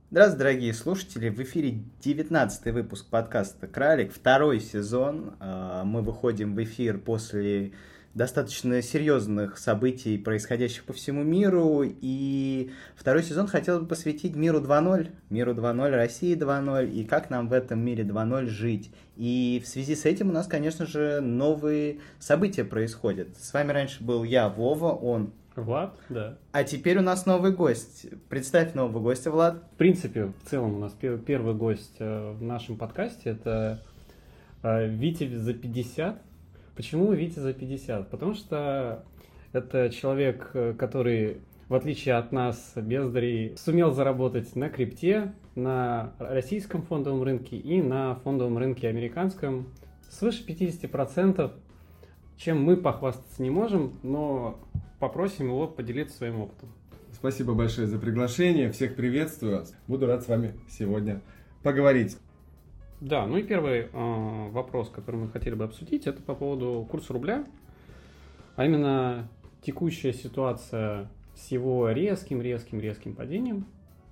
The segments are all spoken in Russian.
Здравствуйте, дорогие слушатели! В эфире 19-й выпуск подкаста «Кралик», второй сезон. Мы выходим в эфир после достаточно серьезных событий, происходящих по всему миру. И второй сезон хотел бы посвятить миру 2.0, миру 2.0, России 2.0 и как нам в этом мире 2.0 жить. И в связи с этим у нас, конечно же, новые события происходят. С вами раньше был я, Вова, он... Влад, да. А теперь у нас новый гость. Представь нового гостя, Влад. В принципе, в целом у нас первый гость в нашем подкасте – это Витя за 50. Почему Витя за 50? Потому что это человек, который, в отличие от нас, бездарей, сумел заработать на крипте, на российском фондовом рынке и на фондовом рынке американском свыше 50%, чем мы похвастаться не можем, но попросим его поделиться своим опытом. Спасибо большое за приглашение. Всех приветствую. Буду рад с вами сегодня поговорить. Да, ну и первый вопрос, который мы хотели бы обсудить, это по поводу курса рубля, а именно текущая ситуация с его резким падением.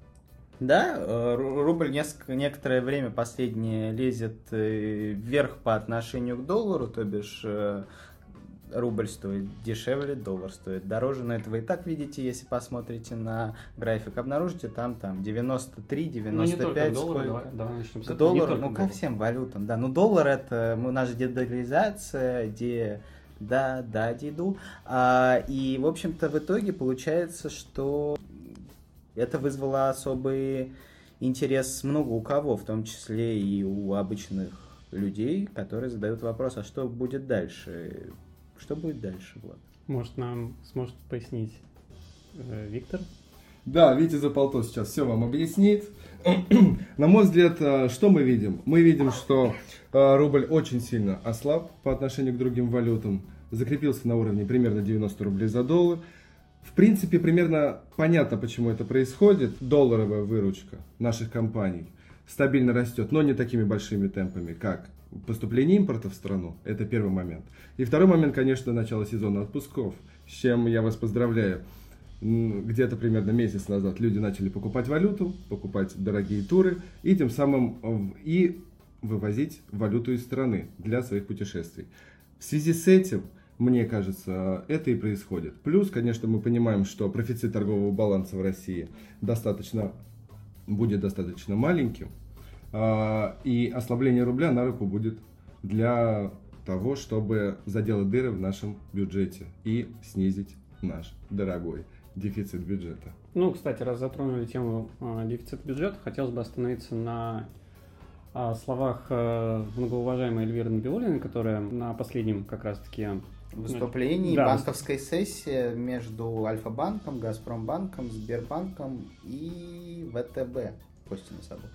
Да, рубль некоторое время последнее лезет вверх по отношению к доллару, то бишь рубль стоит дешевле, доллар стоит дороже, но это вы и так видите, если посмотрите на график, обнаружите там 93, 95, сколько. Давай начнем с этого. Доллар, ну ко всем валютам, да, ну доллар это у нас же дедоларизация, деду, и в общем-то в итоге получается, что это вызвало особый интерес много у кого, в том числе и у обычных людей, которые задают вопрос, а что будет дальше? Что будет дальше, Влад? Может, нам сможет пояснить Виктор? Да, Витя за полто сейчас все вам объяснит. На мой взгляд, что мы видим? Мы видим, что рубль очень сильно ослаб по отношению к другим валютам, закрепился на уровне примерно 90 рублей за доллар. В принципе, примерно понятно, почему это происходит. Долларовая выручка наших компаний стабильно растет, но не такими большими темпами, как поступление импорта в страну. Это первый момент. И второй момент, конечно, начало сезона отпусков, с чем я вас поздравляю. Где-то примерно месяц назад люди начали покупать валюту, покупать дорогие туры и тем самым и вывозить валюту из страны для своих путешествий. В связи с этим, мне кажется, это и происходит. Плюс, конечно, мы понимаем, что профицит торгового баланса в России будет достаточно маленьким, и ослабление рубля на руку будет для того, чтобы заделать дыры в нашем бюджете и снизить наш дорогой дефицит бюджета. Ну, кстати, раз затронули тему дефицита бюджета, хотелось бы остановиться на словах многоуважаемой Эльвиры Набиуллиной, которая на последнем как раз-таки выступлении, да, банковской сессии между Альфа-банком, Газпромбанком, Сбербанком и ВТБ. Костя на собой.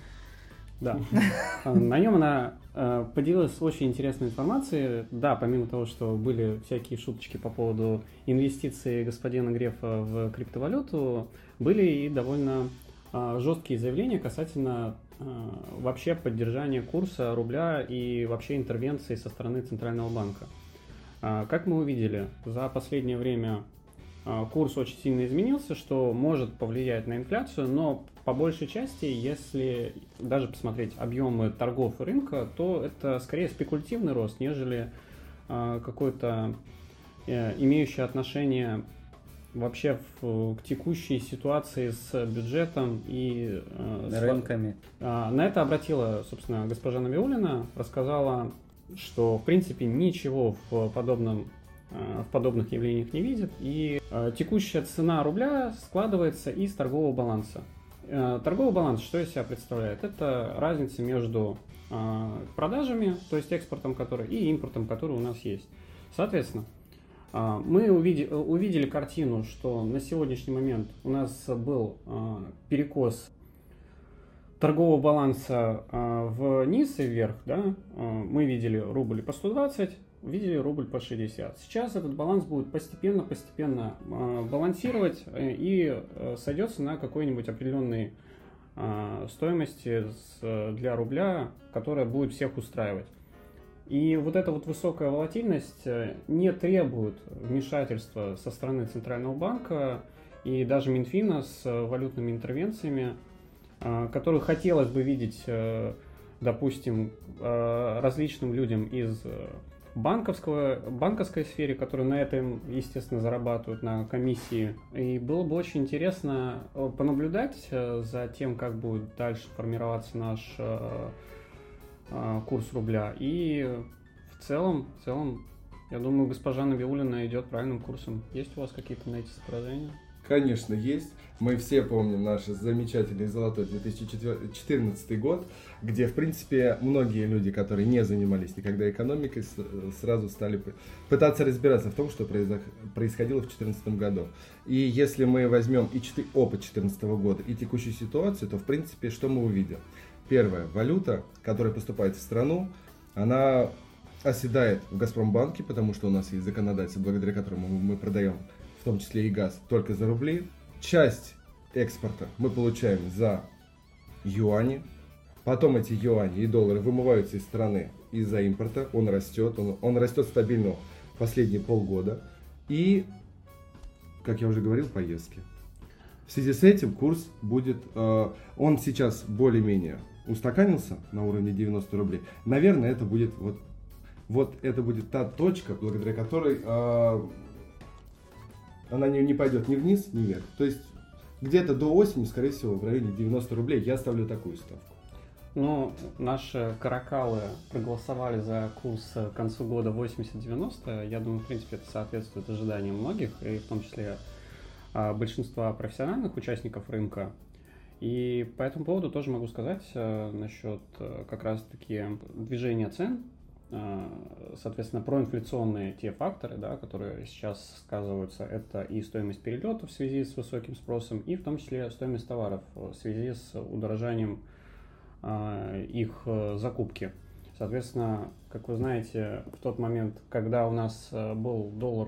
Да. На нем она поделилась очень интересной информацией. Да, помимо того, что были всякие шуточки по поводу инвестиций господина Грефа в криптовалюту, были и довольно жесткие заявления касательно вообще поддержания курса рубля и вообще интервенции со стороны Центрального банка. Как мы увидели, за последнее время курс очень сильно изменился, что может повлиять на инфляцию, но по большей части, если даже посмотреть объемы торгов и рынка, то это скорее спекулятивный рост, нежели какой-то имеющий отношение вообще к текущей ситуации с бюджетом и рынками. На это обратила, собственно, госпожа Набиуллина, рассказала, что в принципе ничего в подобных явлениях не видит, и текущая цена рубля складывается из торгового баланса. Торговый баланс, что из себя представляет? Это разница между продажами, то есть экспортом, который, и импортом, который у нас есть. Соответственно, мы увидели картину, что на сегодняшний момент у нас был перекос торгового баланса вниз и вверх. Да? Мы видели рубль по 120, видели рубль по 60. Сейчас этот баланс будет постепенно балансировать и сойдется на какой-нибудь определенной стоимости для рубля, которая будет всех устраивать. И вот эта вот высокая волатильность не требует вмешательства со стороны Центрального банка и даже Минфина с валютными интервенциями. которую хотелось бы видеть, допустим, различным людям из банковской сфере, которые на этом, естественно, зарабатывают на комиссии. И было бы очень интересно понаблюдать за тем, как будет дальше формироваться наш курс рубля. И в целом, я думаю, госпожа Набиуллина идет правильным курсом. Есть у вас какие-то на эти соображения? Конечно, есть. Мы все помним наш замечательный золотой 2014 год, где, в принципе, многие люди, которые не занимались никогда экономикой, сразу стали пытаться разбираться в том, что происходило в 2014 году. И если мы возьмем и опыт 2014 года, и текущую ситуацию, то, в принципе, что мы увидим? Первое. Валюта, которая поступает в страну, она оседает в Газпромбанке, потому что у нас есть законодательство, благодаря которому мы продаем в том числе и газ, только за рубли. Часть экспорта мы получаем за юани. Потом эти юани и доллары вымываются из страны из-за импорта. Он растет стабильно последние полгода. И, как я уже говорил, поездки. В связи с этим курс будет, он сейчас более-менее устаканился на уровне 90 рублей. Наверное, это будет это будет та точка, благодаря которой она не пойдет ни вниз, ни вверх. То есть где-то до осени, скорее всего, в районе 90 рублей я ставлю такую ставку. Ну, наши каракалы проголосовали за курс к концу года 80-90. Я думаю, в принципе, это соответствует ожиданиям многих, и в том числе большинства профессиональных участников рынка. И по этому поводу тоже могу сказать насчет как раз-таки движения цен. Соответственно, проинфляционные те факторы, да, которые сейчас сказываются, это и стоимость перелетов в связи с высоким спросом, и в том числе стоимость товаров в связи с удорожанием их закупки. Соответственно, как вы знаете, в тот момент, когда у нас был доллар,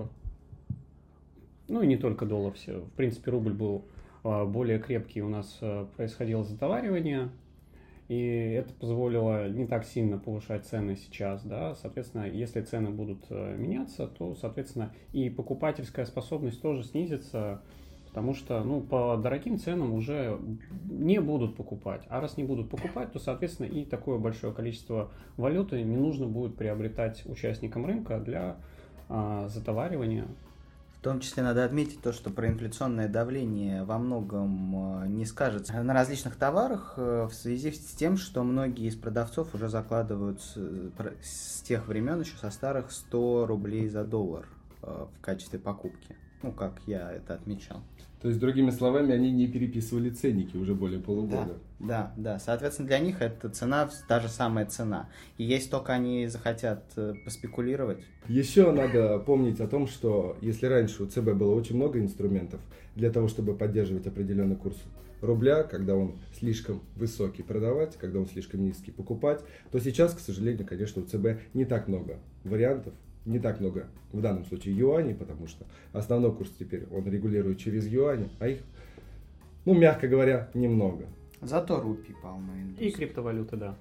ну и не только доллар, в принципе, рубль был более крепкий, у нас происходило затоваривание, и это позволило не так сильно повышать цены сейчас, да, соответственно, если цены будут меняться, то, соответственно, и покупательская способность тоже снизится, потому что, ну, по дорогим ценам уже не будут покупать, а раз не будут покупать, то, соответственно, и такое большое количество валюты не нужно будет приобретать участникам рынка для затоваривания. В том числе надо отметить то, что проинфляционное давление во многом не скажется на различных товарах в связи с тем, что многие из продавцов уже закладывают с тех времен, еще со старых, 100 рублей за доллар в качестве покупки. Ну, как я это отмечал. То есть, другими словами, они не переписывали ценники уже более полугода. Да. Соответственно, для них эта цена та же самая цена. И если только они захотят поспекулировать. Еще надо помнить о том, что если раньше у ЦБ было очень много инструментов для того, чтобы поддерживать определенный курс рубля, когда он слишком высокий продавать, когда он слишком низкий покупать, то сейчас, к сожалению, конечно, у ЦБ не так много вариантов. Не так много в данном случае юаней, потому что основной курс теперь он регулирует через юани, а их, ну, мягко говоря, немного. Зато рупий полно. И криптовалюты, да.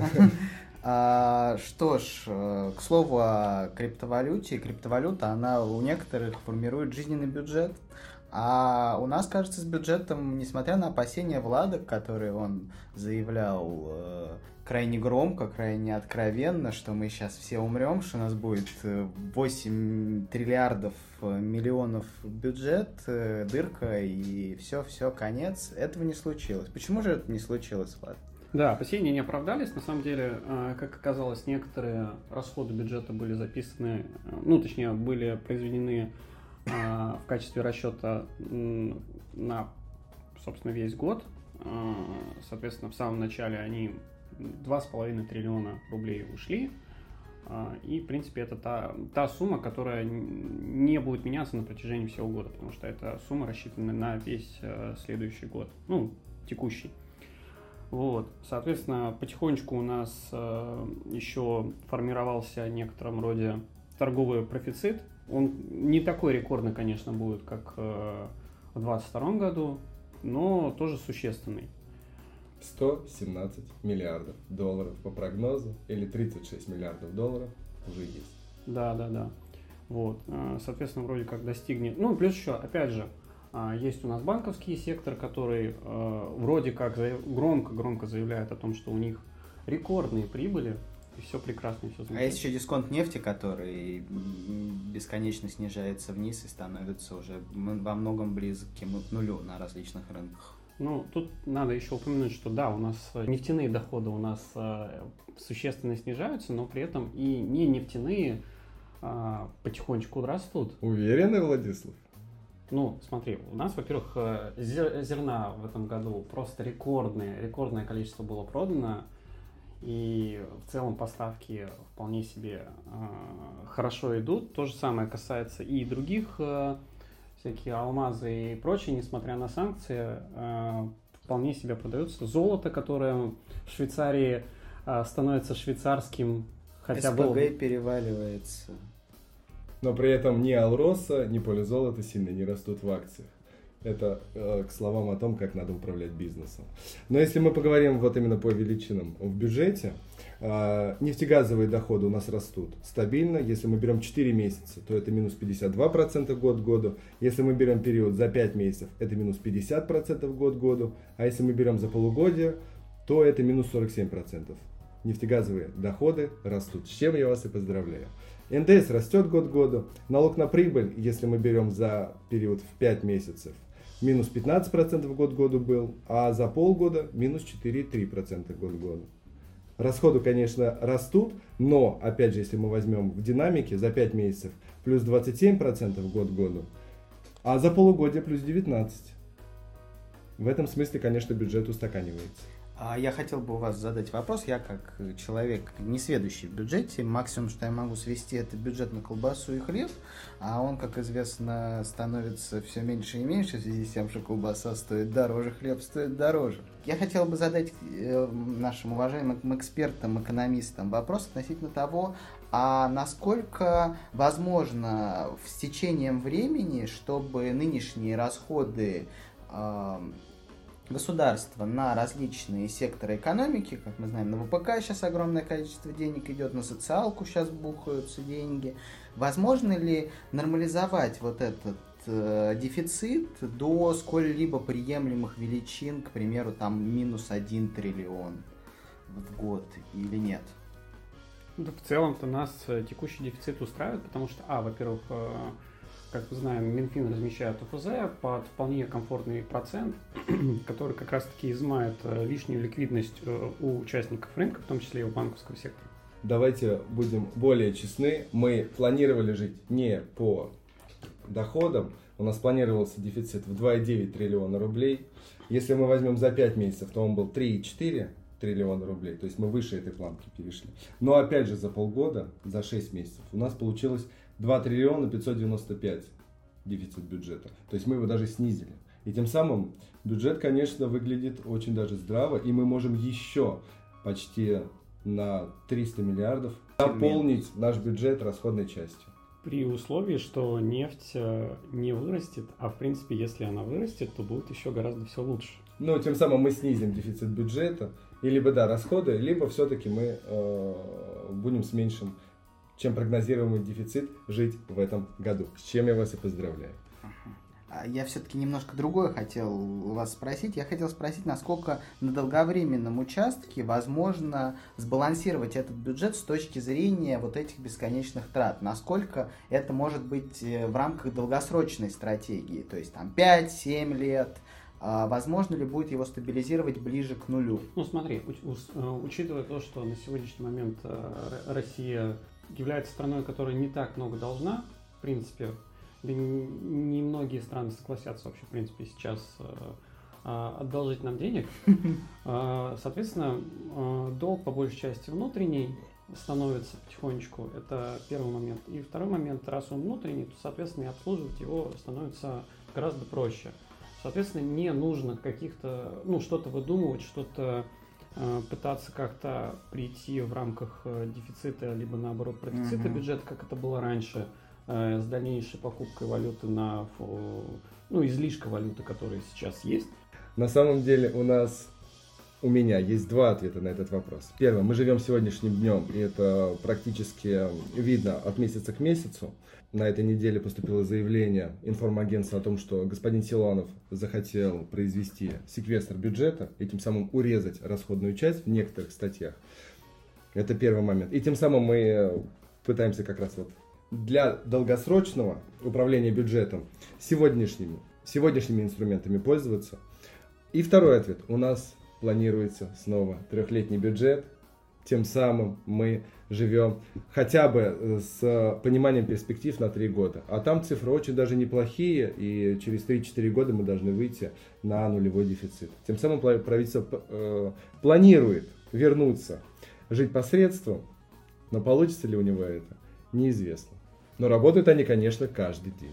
Что ж, к слову о криптовалюте. Криптовалюта, она у некоторых формирует жизненный бюджет. А у нас, кажется, с бюджетом, несмотря на опасения Влада, которые он заявлял крайне громко, крайне откровенно, что мы сейчас все умрем, что у нас будет 8 триллиардов миллионов бюджет, дырка и все, конец. Этого не случилось. Почему же это не случилось, Влад? Да, опасения не оправдались. На самом деле, как оказалось, некоторые расходы бюджета были записаны, ну, точнее, были произведены в качестве расчета на, собственно, весь год. Соответственно, в самом начале они 2,5 триллиона рублей ушли. И, в принципе, это та сумма, которая не будет меняться на протяжении всего года, потому что эта сумма рассчитана на весь следующий год, ну, текущий. Вот, соответственно, потихонечку у нас еще формировался в некотором роде торговый профицит. Он не такой рекордный, конечно, будет, как в 2022 году, но тоже существенный. 117 миллиардов долларов по прогнозу, или 36 миллиардов долларов уже есть. Да. Вот, соответственно, вроде как достигнет. Ну, плюс еще, опять же, Есть у нас банковский сектор, который вроде как громко заявляет о том, что у них рекордные прибыли, и все прекрасно, все замечательно. А есть еще дисконт нефти, который бесконечно снижается вниз и становится уже во многом близким к нулю на различных рынках. Ну, тут надо еще упомянуть, что да, у нас нефтяные доходы у нас существенно снижаются, но при этом и не нефтяные потихонечку растут. Уверены, Владислав? Ну, смотри, у нас, во-первых, зерна в этом году просто рекордное количество было продано, и в целом поставки вполне себе хорошо идут. То же самое касается и других всякие алмазы и прочее, несмотря на санкции, вполне себе продаются. Золото, которое в Швейцарии становится швейцарским, хотя бы... СПГ переваливается. Но при этом ни Алроса, ни Полизолото сильно не растут в акциях. Это к словам о том, как надо управлять бизнесом. Но если мы поговорим вот именно по величинам в бюджете, нефтегазовые доходы у нас растут стабильно. Если мы берем 4 месяца, то это минус 52% год к году. Если мы берем период за 5 месяцев, это минус 50% год к году. А если мы берем за полугодие, то это минус 47%. Нефтегазовые доходы растут, с чем я вас и поздравляю. НДС растет год к году. Налог на прибыль, если мы берем за период в 5 месяцев, минус 15% год к году был, а за полгода минус 4,3% год к году. Расходы, конечно, растут, но, опять же, если мы возьмем в динамике, за 5 месяцев плюс 27% год к году, а за полугодие плюс 19%. В этом смысле, конечно, бюджет устаканивается. Я хотел бы у вас задать вопрос. Я как человек, не сведущий в бюджете, максимум, что я могу свести, это бюджет на колбасу и хлеб, а он, как известно, становится все меньше и меньше в связи с тем, что колбаса стоит дороже, хлеб стоит дороже. Я хотел бы задать нашим уважаемым экспертам, экономистам вопрос относительно того, а насколько возможно с течением времени, чтобы нынешние расходы государства на различные секторы экономики, как мы знаем, на ВПК сейчас огромное количество денег идет, на социалку сейчас бухаются деньги. Возможно ли нормализовать вот этот дефицит до сколь-либо приемлемых величин, к примеру, там минус 1 триллион в год или нет? Да, в целом-то нас текущий дефицит устраивает, потому что, во-первых, как мы знаем, Минфин размещает ОФЗ под вполне комфортный процент, который как раз-таки изымает лишнюю ликвидность у участников рынка, в том числе и у банковского сектора. Давайте будем более честны. Мы планировали жить не по доходам. У нас планировался дефицит в 2,9 триллиона рублей. Если мы возьмем за 5 месяцев, то он был 3,4 триллиона рублей. То есть мы выше этой планки перешли. Но опять же за полгода, за 6 месяцев у нас получилось 2 триллиона 595 дефицит бюджета. То есть мы его даже снизили. И тем самым бюджет, конечно, выглядит очень даже здраво. И мы можем еще почти на 300 миллиардов наполнить наш бюджет расходной частью. При условии, что нефть не вырастет, а в принципе, если она вырастет, то будет еще гораздо все лучше. Но тем самым мы снизим дефицит бюджета. И либо расходы, либо все-таки мы будем с меньшим, чем прогнозируемый дефицит, жить в этом году. С чем я вас и поздравляю. Я все-таки немножко другое хотел вас спросить. Я хотел спросить, насколько на долговременном участке возможно сбалансировать этот бюджет с точки зрения вот этих бесконечных трат. Насколько это может быть в рамках долгосрочной стратегии, то есть там 5-7 лет. Возможно ли будет его стабилизировать ближе к нулю? Ну смотри, учитывая то, что на сегодняшний момент Россия является страной, которая не так много должна, в принципе, да немногие страны согласятся вообще, в принципе, сейчас одолжить нам денег. Соответственно, долг по большей части внутренний становится потихонечку. Это первый момент. И второй момент, раз он внутренний, то, соответственно, и обслуживать его становится гораздо проще. Соответственно, не нужно каких-то, что-то выдумывать, что-то пытаться как-то прийти в рамках дефицита, либо наоборот профицита бюджета, как это было раньше, с дальнейшей покупкой валюты излишка валюты, которая сейчас есть. На самом деле у меня есть два ответа на этот вопрос. Первое, мы живем сегодняшним днем, и это практически видно от месяца к месяцу. на этой неделе поступило заявление информагентства о том, что господин Силуанов захотел произвести секвестр бюджета и тем самым урезать расходную часть в некоторых статьях. Это первый момент. И тем самым мы пытаемся как раз вот для долгосрочного управления бюджетом сегодняшними инструментами пользоваться. И второй ответ. У нас планируется снова 3-летний бюджет. Тем самым мы живем хотя бы с пониманием перспектив на 3 года. А там цифры очень даже неплохие, и через 3-4 года мы должны выйти на нулевой дефицит. Тем самым правительство планирует вернуться, жить по средствам, но получится ли у него это, неизвестно. Но работают они, конечно, каждый день.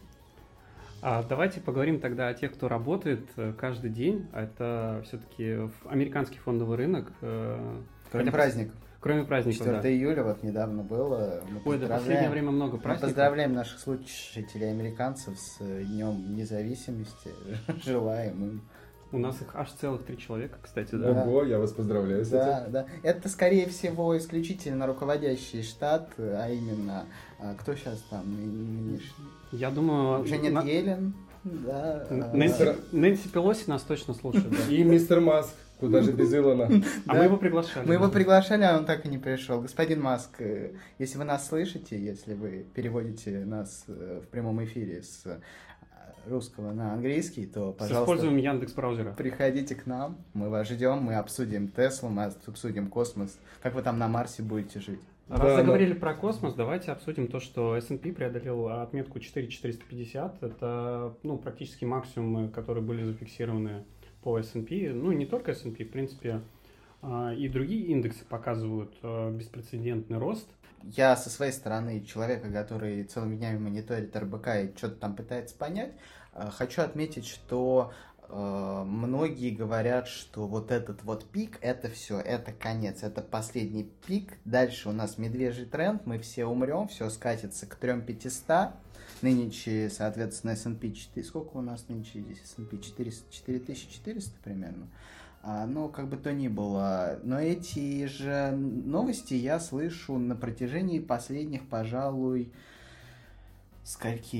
Давайте поговорим тогда о тех, кто работает каждый день. Это все-таки американский фондовый рынок. Кроме праздников. Кроме праздников, 4 июля вот недавно было. Ой, да, в последнее время много праздников. Мы поздравляем наших слушателей американцев с Днем Независимости. Желаем им. У нас их аж целых 3 человека, кстати, да. Ого, я вас поздравляю с этим. Да. Это, скорее всего, исключительно руководящий штат, а именно, кто сейчас там нынешний? Я думаю... Дженнет Йеллен, да. Нэнси Пелоси нас точно слушает. Да. И мистер Маск, куда же без Илона. А мы его приглашали. Мы его приглашали, а он так и не пришел. Господин Маск, если вы нас слышите, если вы переводите нас в прямом эфире с русского на английский, то, пожалуйста, с использованием Яндекс.Браузера. Приходите к нам, мы вас ждем, мы обсудим Теслу, мы обсудим космос. Как вы там на Марсе будете жить? Раз заговорили про космос, давайте обсудим то, что S&P преодолел отметку 4450. Это практически максимумы, которые были зафиксированы по S&P. Ну, не только S&P, в принципе, и другие индексы показывают беспрецедентный рост. Я со своей стороны, человека, который целыми днями мониторит РБК и что-то там пытается понять, хочу отметить, что многие говорят, что вот этот вот пик, это все, это конец, это последний пик. Дальше у нас медвежий тренд, мы все умрем, все скатится к 3500. Нынче, соответственно, S&P 4... Сколько у нас нынче здесь S&P? 4400 примерно. Но как бы то ни было. Но эти же новости я слышу на протяжении последних, пожалуй, с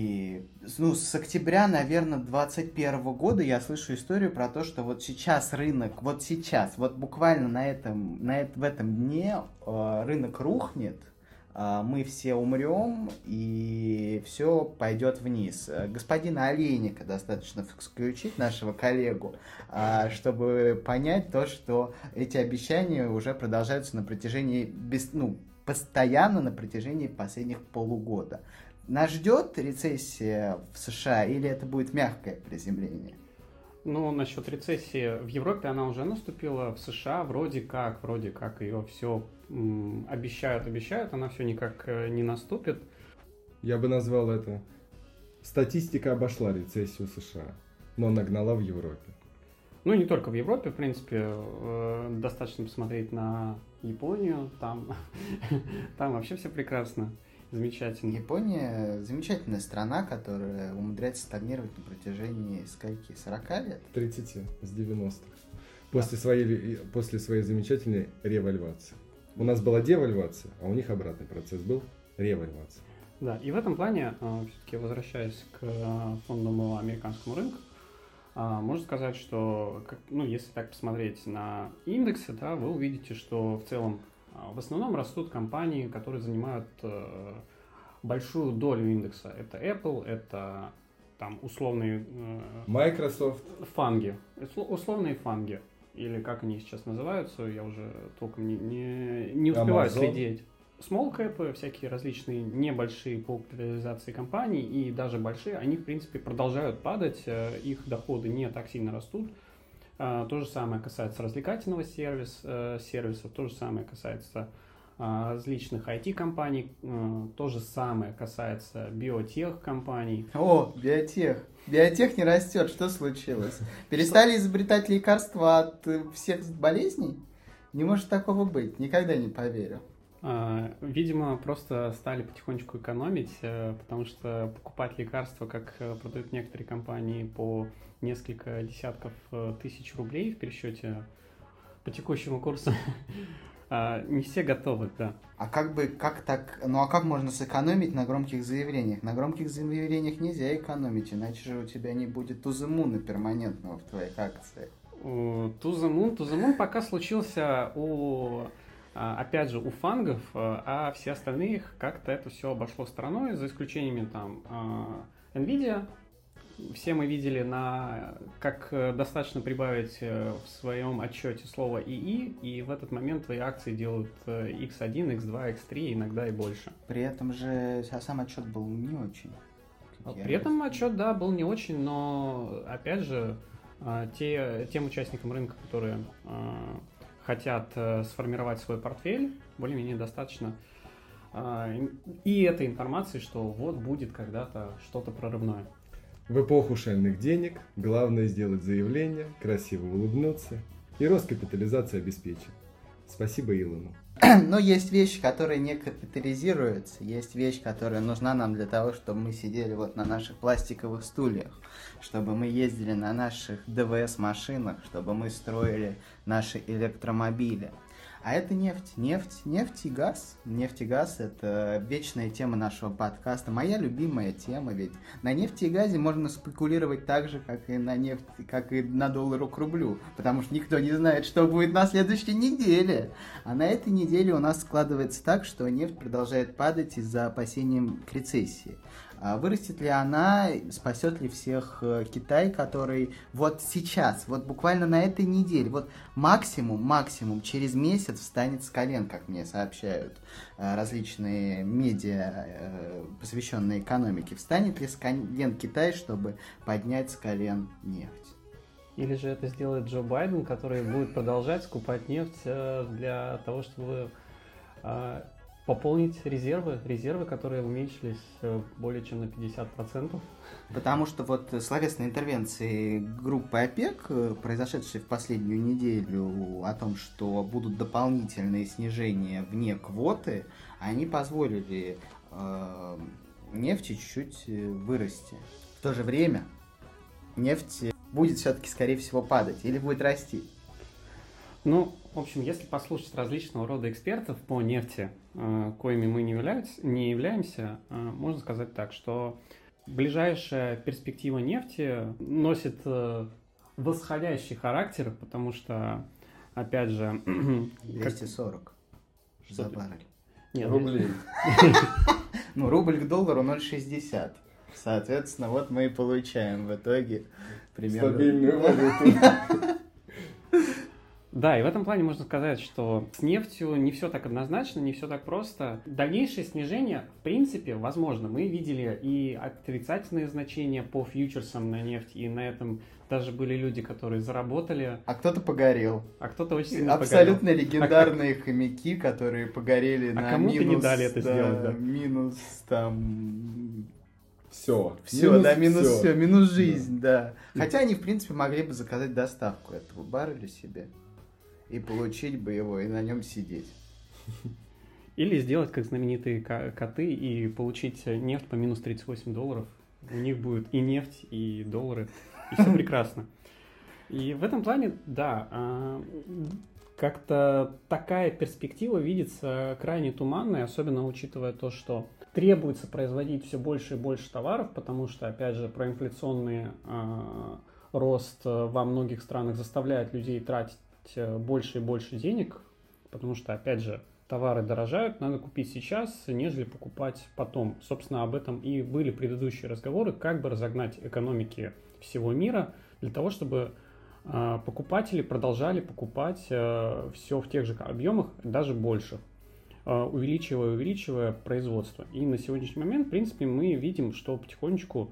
октября, наверное, 2021 года я слышу историю про то, что вот сейчас рынок, вот буквально в этом дне рынок рухнет, мы все умрем, и все пойдет вниз. Господина Олейника достаточно включить, нашего коллегу, чтобы понять то, что эти обещания уже продолжаются на протяжении, постоянно на протяжении последних полугода. Нас ждет рецессия в США, или это будет мягкое приземление? Насчет рецессии в Европе она уже наступила, в США вроде как ее все обещают, она все никак не наступит. Я бы назвал это: статистика обошла рецессию США, но нагнала в Европе. Не только в Европе, в принципе, достаточно посмотреть на Японию, там вообще все прекрасно. Замечательно. Япония замечательная страна, которая умудряется стагнировать на протяжении, 40 лет? 30, с 90-х. После своей замечательной револьвации. У нас была девальвация, а у них обратный процесс был — револьвация. Да, и в этом плане, все-таки возвращаясь к фондовому американскому рынку, можно сказать, что, если так посмотреть на индексы, да, вы увидите, что в целом в основном растут компании, которые занимают большую долю индекса. Это Apple, это там условные... Microsoft. Фанги. Условные фанги. Или как они сейчас называются, я уже толком не успеваю следить. Small cap, всякие различные небольшие по капитализации компаний и даже большие, они в принципе продолжают падать, их доходы не так сильно растут. То же самое касается развлекательного сервисов, то же самое касается различных IT-компаний, то же самое касается биотех-компаний. О, биотех! Биотех не растет, что случилось? Перестали изобретать лекарства от всех болезней? Не может такого быть, никогда не поверю. Видимо, просто стали потихонечку экономить, потому что покупать лекарства, как продают некоторые компании, по несколько десятков тысяч рублей в пересчете по текущему курсу, Не все готовы, да. А как можно сэкономить на громких заявлениях? На громких заявлениях нельзя экономить, иначе же у тебя не будет тузы-муна перманентного в твоих акциях. Тузы-мун пока случился опять же, у фангов, а все остальные как-то это все обошло стороной, за исключениями там Nvidia. Все мы видели, как достаточно прибавить в своем отчете слово ИИ, и в этот момент твои акции делают X1, X2, X3, иногда и больше. При этом же сам отчет был не очень. При этом отчет, да, был не очень, но, опять же, тем участникам рынка, которые хотят сформировать свой портфель, более-менее достаточно и этой информации, что вот будет когда-то что-то прорывное. В эпоху шальных денег главное сделать заявление, красиво улыбнуться и рост капитализации обеспечен. Спасибо Илону. Но есть вещи, которые не капитализируются, есть вещь, которая нужна нам для того, чтобы мы сидели вот на наших пластиковых стульях, чтобы мы ездили на наших ДВС-машинах, чтобы мы строили наши электромобили. А это нефть и газ. Нефть и газ – это вечная тема нашего подкаста. Моя любимая тема, ведь на нефти и газе можно спекулировать так же, как и на нефть, как и на доллару к рублю, потому что никто не знает, что будет на следующей неделе. А на этой неделе у нас складывается так, что нефть продолжает падать из-за опасений к рецессии. Вырастет ли она, спасет ли всех Китай, который вот сейчас, вот буквально на этой неделе, вот максимум через месяц встанет с колен, как мне сообщают различные медиа, посвященные экономике. Встанет ли с колен Китай, чтобы поднять с колен нефть? Или же это сделает Джо Байден, который будет продолжать скупать нефть для того, чтобы пополнить резервы, которые уменьшились более чем на 50%. Потому что вот словесные интервенции группы ОПЕК, произошедшие в последнюю неделю, о том, что будут дополнительные снижения вне квоты, они позволили нефти чуть-чуть вырасти. В то же время нефть будет все-таки, скорее всего, падать или будет расти. Ну, в общем, если послушать различного рода экспертов по нефти, коими мы не являемся, можно сказать так, что ближайшая перспектива нефти носит восходящий характер, потому что, опять же... 240 за баррель. Нет, рублей. Ну, рубль к доллару 0,60. Соответственно, вот мы и получаем в итоге примерно... Стабильную валюту. Да, и в этом плане можно сказать, что с нефтью не все так однозначно, не все так просто. Дальнейшее снижение, в принципе, возможно. Мы видели и отрицательные значения по фьючерсам на нефть, и на этом даже были люди, которые заработали. А кто-то погорел. А кто-то очень сильно абсолютно погорел. Легендарные хомяки, которые погорели на кому-то минус... не дали это сделать, да. Минус там... Все, минус жизнь, да. Хотя они, в принципе, могли бы заказать доставку этого барреля себе. И получить бы его, и на нем сидеть. Или сделать, как знаменитые коты, и получить нефть по минус $38. У них будет и нефть, и доллары, и все прекрасно. И в этом плане, да, как-то такая перспектива видится крайне туманной, особенно учитывая то, что требуется производить все больше и больше товаров, потому что, опять же, проинфляционный рост во многих странах заставляет людей тратить больше и больше денег, потому что, опять же, товары дорожают, надо купить сейчас, нежели покупать потом. Собственно, об этом и были предыдущие разговоры, как бы разогнать экономики всего мира для того, чтобы покупатели продолжали покупать все в тех же объемах, даже больше, увеличивая производство. И на сегодняшний момент, в принципе, мы видим, что потихонечку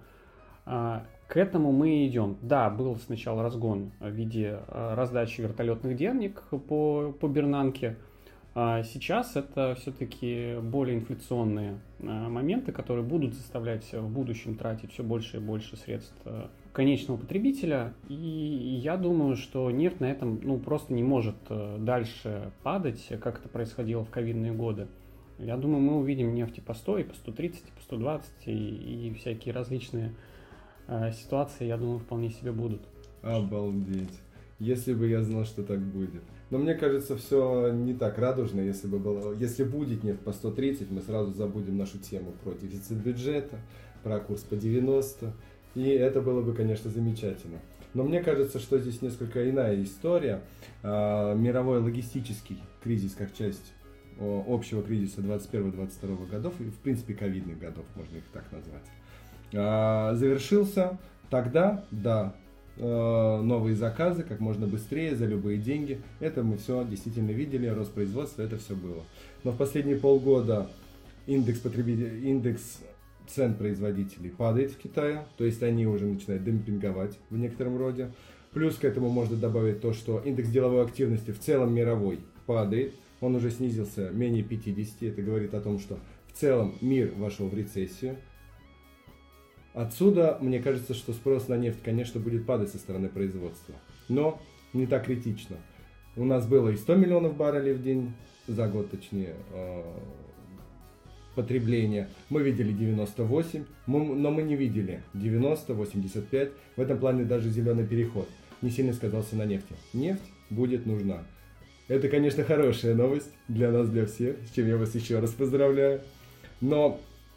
к этому мы и идем. Да, был сначала разгон в виде раздачи вертолетных денег по Бернанке. Сейчас это все-таки более инфляционные моменты, которые будут заставлять в будущем тратить все больше и больше средств конечного потребителя. И я думаю, что нефть на этом просто не может дальше падать, как это происходило в ковидные годы. Я думаю, мы увидим нефть и по 100, и по 130, и по 120, и всякие различные ситуации, я думаю, вполне себе будут. Обалдеть. Если бы я знал, что так будет. Но мне кажется, все не так радужно, если будет нефть по 130, мы сразу забудем нашу тему про дефицит бюджета, про курс по 90, и это было бы, конечно, замечательно. Но мне кажется, что здесь несколько иная история. Мировой логистический кризис как часть общего кризиса 21-22 годов, и в принципе ковидных годов, можно их так назвать, завершился. Тогда, да, новые заказы как можно быстрее, за любые деньги. Это мы все действительно видели, рост производства, это все было. Но в последние полгода индекс цен производителей падает в Китае, то есть они уже начинают демпинговать в некотором роде. Плюс к этому можно добавить то, что индекс деловой активности в целом мировой падает, он уже снизился менее 50, это говорит о том, что в целом мир вошел в рецессию. Отсюда, мне кажется, что спрос на нефть, конечно, будет падать со стороны производства, но не так критично. У нас было и 100 миллионов баррелей в день, за год точнее, потребления. Мы видели 98, но мы не видели 90, 85. В этом плане даже зеленый переход не сильно сказался на нефти. Нефть будет нужна. Это, конечно, хорошая новость для нас, для всех, с чем я вас еще раз поздравляю. Но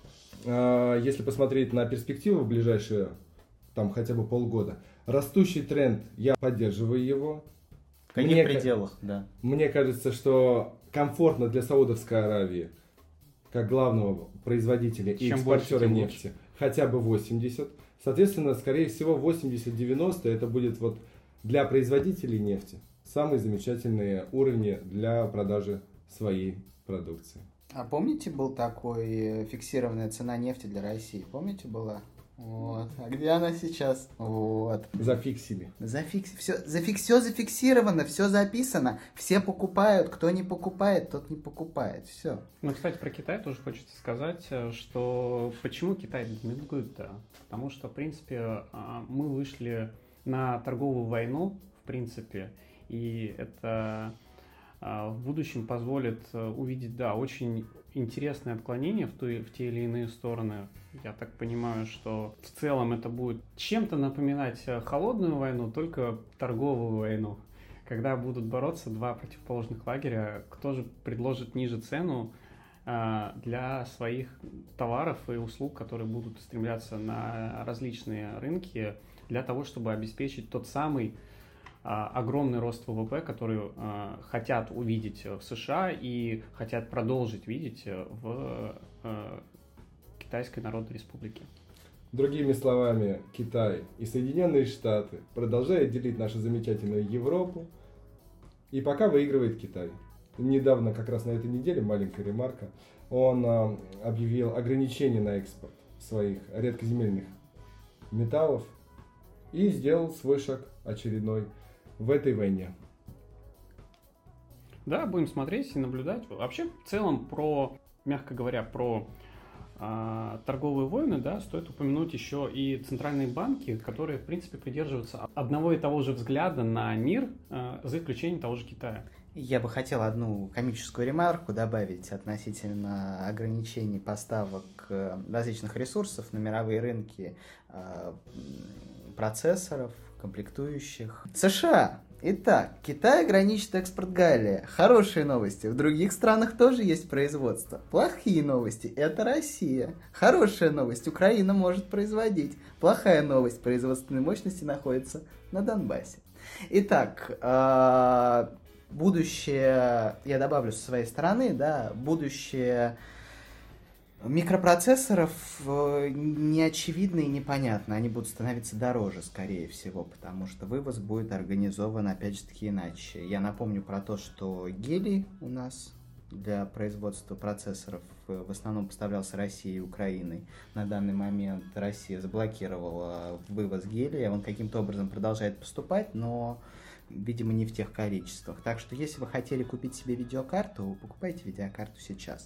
если посмотреть на перспективу в ближайшие там хотя бы полгода, растущий тренд, я поддерживаю его. В каких пределах, да. Мне кажется, что комфортно для Саудовской Аравии, как главного производителя и экспортера нефти, хотя бы 80. Соответственно, скорее всего, 80-90 это будет вот для производителей нефти самые замечательные уровни для продажи своей продукции. А помните, был такой фиксированная цена нефти для России? Помните, была? Вот. А где она сейчас? Вот. Зафиксили. Все зафиксировано, все записано. Все покупают. Кто не покупает, тот не покупает. Все. Ну, кстати, про Китай тоже хочется сказать, что почему Китай демпингует-то? Потому что, в принципе, мы вышли на торговую войну, в принципе, и это в будущем позволит увидеть, да, очень интересные отклонения в те или иные стороны. Я так понимаю, что в целом это будет чем-то напоминать холодную войну, только торговую войну, когда будут бороться два противоположных лагеря, кто же предложит ниже цену для своих товаров и услуг, которые будут стремляться на различные рынки, для того, чтобы обеспечить тот самый огромный рост ВВП, который хотят увидеть в США и хотят продолжить видеть в Китайской Народной Республике. Другими словами, Китай и Соединенные Штаты продолжают делить нашу замечательную Европу, и пока выигрывает Китай. Недавно, как раз на этой неделе, маленькая ремарка, он объявил ограничения на экспорт своих редкоземельных металлов и сделал свой шаг очередной в этой войне. Да, будем смотреть и наблюдать. Вообще, в целом, мягко говоря, про торговые войны, да, стоит упомянуть еще и центральные банки, которые, в принципе, придерживаются одного и того же взгляда на мир, за исключением того же Китая. Я бы хотел одну комическую ремарку добавить относительно ограничений поставок различных ресурсов на мировые рынки, процессоров, комплектующих. США. Итак, Китай ограничит экспорт галлия. Хорошие новости. В других странах тоже есть производство. Плохие новости. Это Россия. Хорошая новость. Украина может производить. Плохая новость. Производственные мощности находятся на Донбассе. Итак, будущее, я добавлю со своей стороны, да, будущее микропроцессоров неочевидно и непонятно. Они будут становиться дороже, скорее всего, потому что вывоз будет организован, опять же таки, иначе. Я напомню про то, что гелий у нас для производства процессоров в основном поставлялся Россией и Украиной. На данный момент Россия заблокировала вывоз гелия. Он каким-то образом продолжает поступать, но, видимо, не в тех количествах. Так что, если вы хотели купить себе видеокарту, покупайте видеокарту сейчас.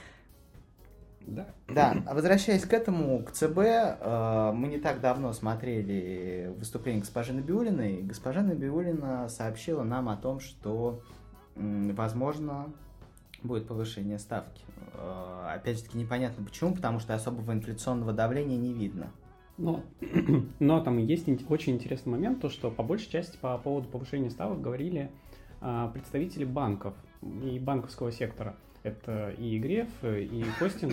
Да, возвращаясь к этому, к ЦБ, мы не так давно смотрели выступление госпожи Набиуллиной. Госпожа Набиуллина сообщила нам о том, что, возможно, будет повышение ставки. Опять же таки, непонятно почему, потому что особого инфляционного давления не видно. Но там есть очень интересный момент, то что по большей части по поводу повышения ставок говорили представители банков и банковского сектора. Это и Греф, и Костин.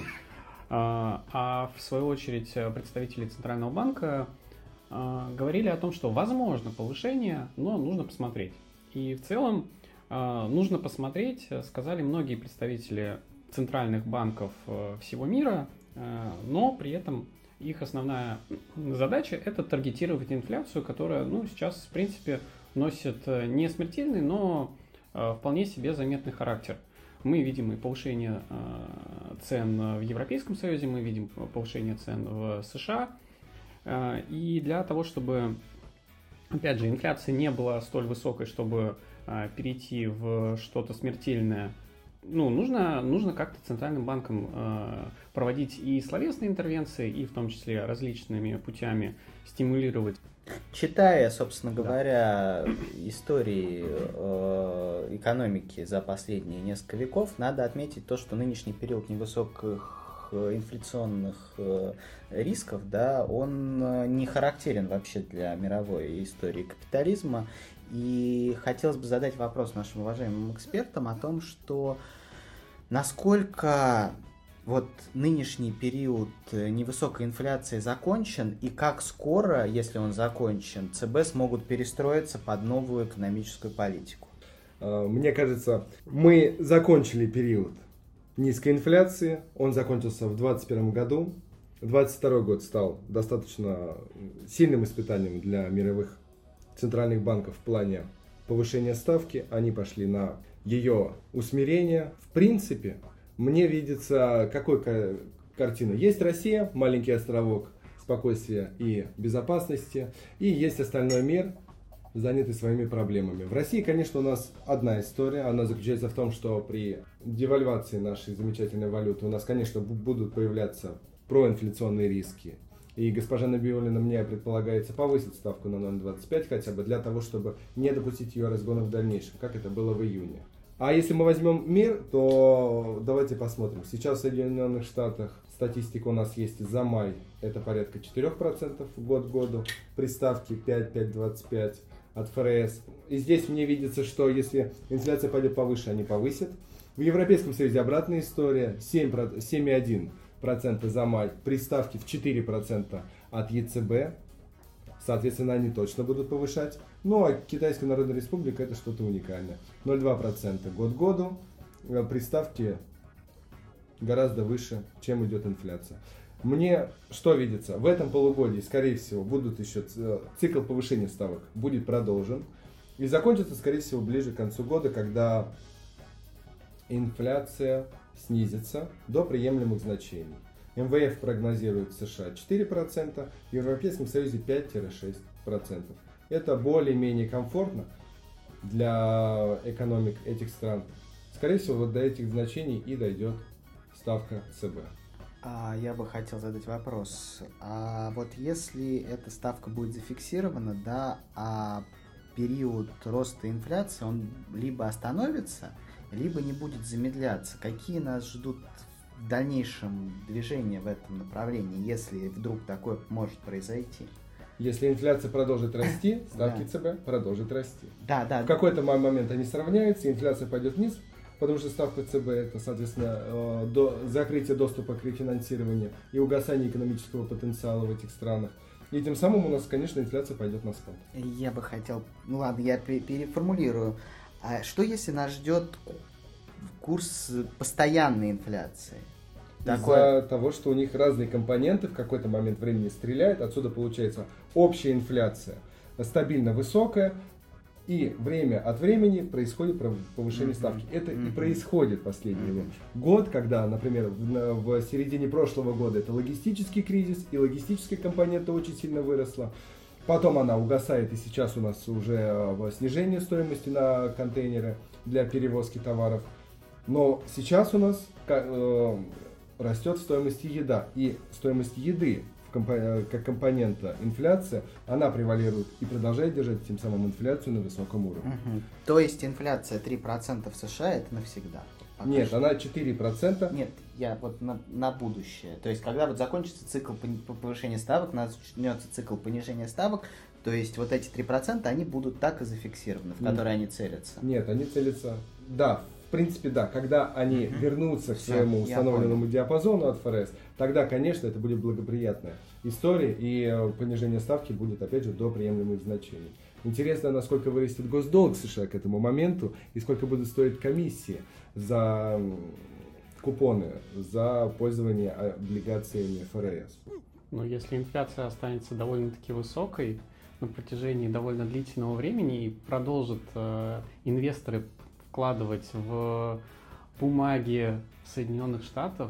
А в свою очередь представители Центрального банка говорили о том, что возможно повышение, но нужно посмотреть. И в целом нужно посмотреть, сказали многие представители центральных банков всего мира, но при этом их основная задача – это таргетировать инфляцию, которая сейчас, в принципе, носит не смертельный, но вполне себе заметный характер. Мы видим и повышение цен в Европейском Союзе, мы видим повышение цен в США. И для того, чтобы, опять же, инфляция не была столь высокой, чтобы перейти в что-то смертельное, нужно как-то центральным банкам проводить и словесные интервенции, и в том числе различными путями стимулировать. Читая, собственно говоря, истории экономики за последние несколько веков, надо отметить то, что нынешний период невысоких инфляционных рисков, да, он не характерен вообще для мировой истории капитализма. И хотелось бы задать вопрос нашим уважаемым экспертам о том, что насколько вот нынешний период невысокой инфляции закончен, и как скоро, если он закончен, ЦБ смогут перестроиться под новую экономическую политику? Мне кажется, мы закончили период низкой инфляции, он закончился в 2021 году. 2022 год стал достаточно сильным испытанием для мировых центральных банков в плане повышения ставки. Они пошли на ее усмирение. В принципе, мне видится какой картина. Есть Россия, маленький островок спокойствия и безопасности, и есть остальной мир, занятый своими проблемами. В России, конечно, у нас одна история. Она заключается в том, что при девальвации нашей замечательной валюты у нас, конечно, будут появляться проинфляционные риски. И госпожа Набиуллина, мне предполагается, повысить ставку на 0,25 хотя бы для того, чтобы не допустить ее разгона в дальнейшем, как это было в июне. А если мы возьмем мир, то давайте посмотрим. Сейчас в Соединенных Штатах статистика у нас есть за май, это порядка 4% год к году, при ставке 5,25 от ФРС. И здесь мне видится, что если инфляция пойдет повыше, они повысят. В Европейском Союзе обратная история, 7,1% за май, при ставке в 4% от ЕЦБ. Соответственно, они точно будут повышать. Ну, а Китайская Народная Республика это что-то уникальное. 0,2% год к году, при ставке гораздо выше, чем идет инфляция. Мне что видится? В этом полугодии, скорее всего, будут еще цикл повышения ставок будет продолжен. И закончится, скорее всего, ближе к концу года, когда инфляция снизится до приемлемых значений. МВФ прогнозирует в США 4%, в Европейском Союзе 5-6%. Это более-менее комфортно для экономик этих стран. Скорее всего, вот до этих значений и дойдет ставка ЦБ. Я бы хотел задать вопрос. А вот если эта ставка будет зафиксирована, да, а период роста инфляции, он либо остановится, либо не будет замедляться, какие нас ждут в дальнейшем движения в этом направлении, если вдруг такое может произойти? Если инфляция продолжит расти, ставки ЦБ продолжат расти. Да. В какой-то момент они сравняются, инфляция пойдет вниз, потому что ставка ЦБ это, соответственно, закрытие доступа к рефинансированию и угасание экономического потенциала в этих странах. И тем самым у нас, конечно, инфляция пойдет на спад. Я бы хотел, я переформулирую. А что если нас ждет курс постоянной инфляции? Из-за того, что у них разные компоненты в какой-то момент времени стреляют, отсюда получается общая инфляция стабильно высокая, и время от времени происходит повышение ставки. Это и происходит последний год, когда, например, в середине прошлого года это логистический кризис, и логистическая компонента очень сильно выросла. Потом она угасает, и сейчас у нас уже снижение стоимости на контейнеры для перевозки товаров. Но сейчас у нас растет стоимость еда, и стоимость еды как компонента инфляции, она превалирует и продолжает держать тем самым инфляцию на высоком уровне. То есть инфляция 3% в США это навсегда? Нет, она 4%. Нет, я вот на будущее. То есть, когда вот закончится цикл повышения ставок, начнется цикл понижения ставок, то есть вот эти 3%, они будут так и зафиксированы, в которые они целятся. Нет, они целятся... Да, в принципе, да. Когда они вернутся к своему установленному диапазону от ФРС, тогда, конечно, это будет благоприятная история, и понижение ставки будет, опять же, до приемлемых значений. Интересно, насколько вырастет госдолг США к этому моменту, и сколько будут стоить комиссии за купоны, за пользование облигациями ФРС. Но если инфляция останется довольно-таки высокой на протяжении довольно длительного времени и продолжат инвесторы вкладывать в бумаги Соединенных Штатов,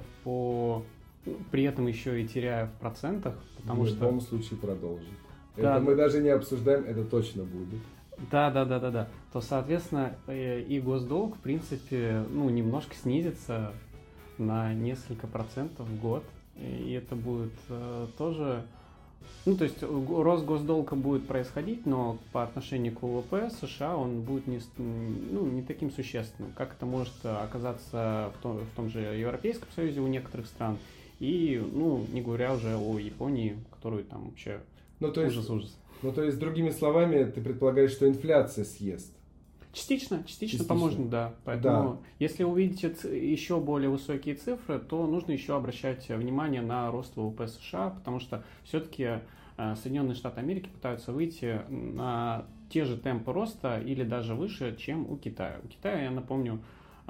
при этом еще и теряя в процентах, потому в что... любом случае продолжит. Да. Это мы даже не обсуждаем, это точно будет. Да. То, соответственно, и госдолг, в принципе, немножко снизится на несколько процентов в год. И это будет тоже... то есть рост госдолга будет происходить, но по отношению к ВВП США он будет не таким существенным, как это может оказаться в том же Европейском Союзе у некоторых стран. И, не говоря уже о Японии, которую там вообще ужас. То есть, другими словами, ты предполагаешь, что инфляция съест? Частично поможет, да. Поэтому, если увидите еще более высокие цифры, то нужно еще обращать внимание на рост ВВП США, потому что все-таки Соединенные Штаты Америки пытаются выйти на те же темпы роста или даже выше, чем у Китая. У Китая, я напомню,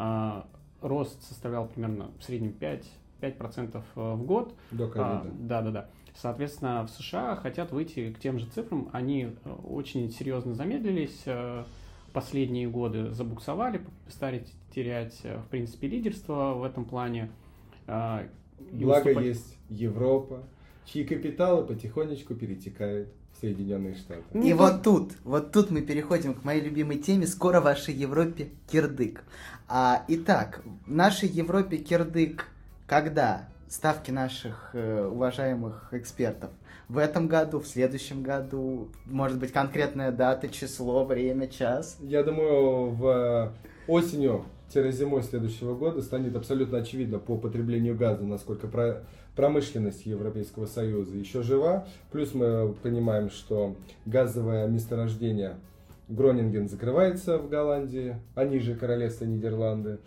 рост составлял примерно в среднем 5% в год. До ковида. Да. Соответственно, в США хотят выйти к тем же цифрам. Они очень серьезно замедлились. Последние годы забуксовали, стали терять, в принципе, лидерство в этом плане. Благо есть Европа, чьи капиталы потихонечку перетекают в Соединенные Штаты. И вот тут мы переходим к моей любимой теме. Скоро в вашей Европе кирдык. Итак, в нашей Европе кирдык когда? Ставки наших уважаемых экспертов. В этом году, в следующем году, может быть, конкретная дата, число, время, час? Я думаю, осенью-зимой следующего года станет абсолютно очевидно по потреблению газа, насколько промышленность Европейского Союза еще жива. Плюс мы понимаем, что газовое месторождение Гронинген закрывается в Голландии, а ниже Королевства Нидерланды.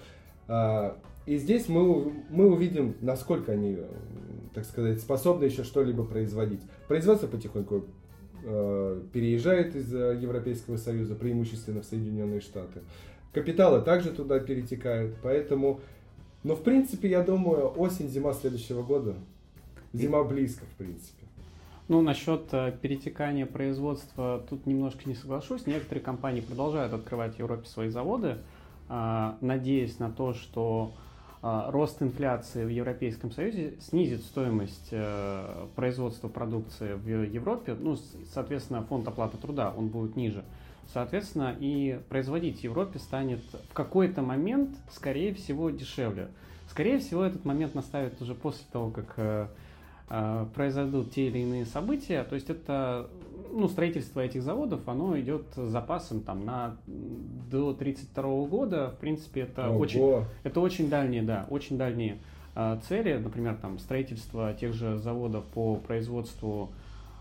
И здесь мы увидим, насколько они, так сказать, способны еще что-либо производить. Производство потихоньку переезжает из Европейского Союза, преимущественно в Соединенные Штаты. Капиталы также туда перетекают, поэтому... Но, в принципе, я думаю, осень-зима следующего года. Зима близко, в принципе. Насчет перетекания производства тут немножко не соглашусь. Некоторые компании продолжают открывать в Европе свои заводы, надеясь на то, что рост инфляции в Европейском Союзе снизит стоимость производства продукции в Европе. Соответственно, фонд оплаты труда, он будет ниже. Соответственно, и производить в Европе станет в какой-то момент, скорее всего, дешевле. Скорее всего, этот момент настанет уже после того, как произойдут те или иные события. То есть это строительство этих заводов, оно идет с запасом до 1932 года. В принципе, это очень дальние цели. Например, строительство тех же заводов по производству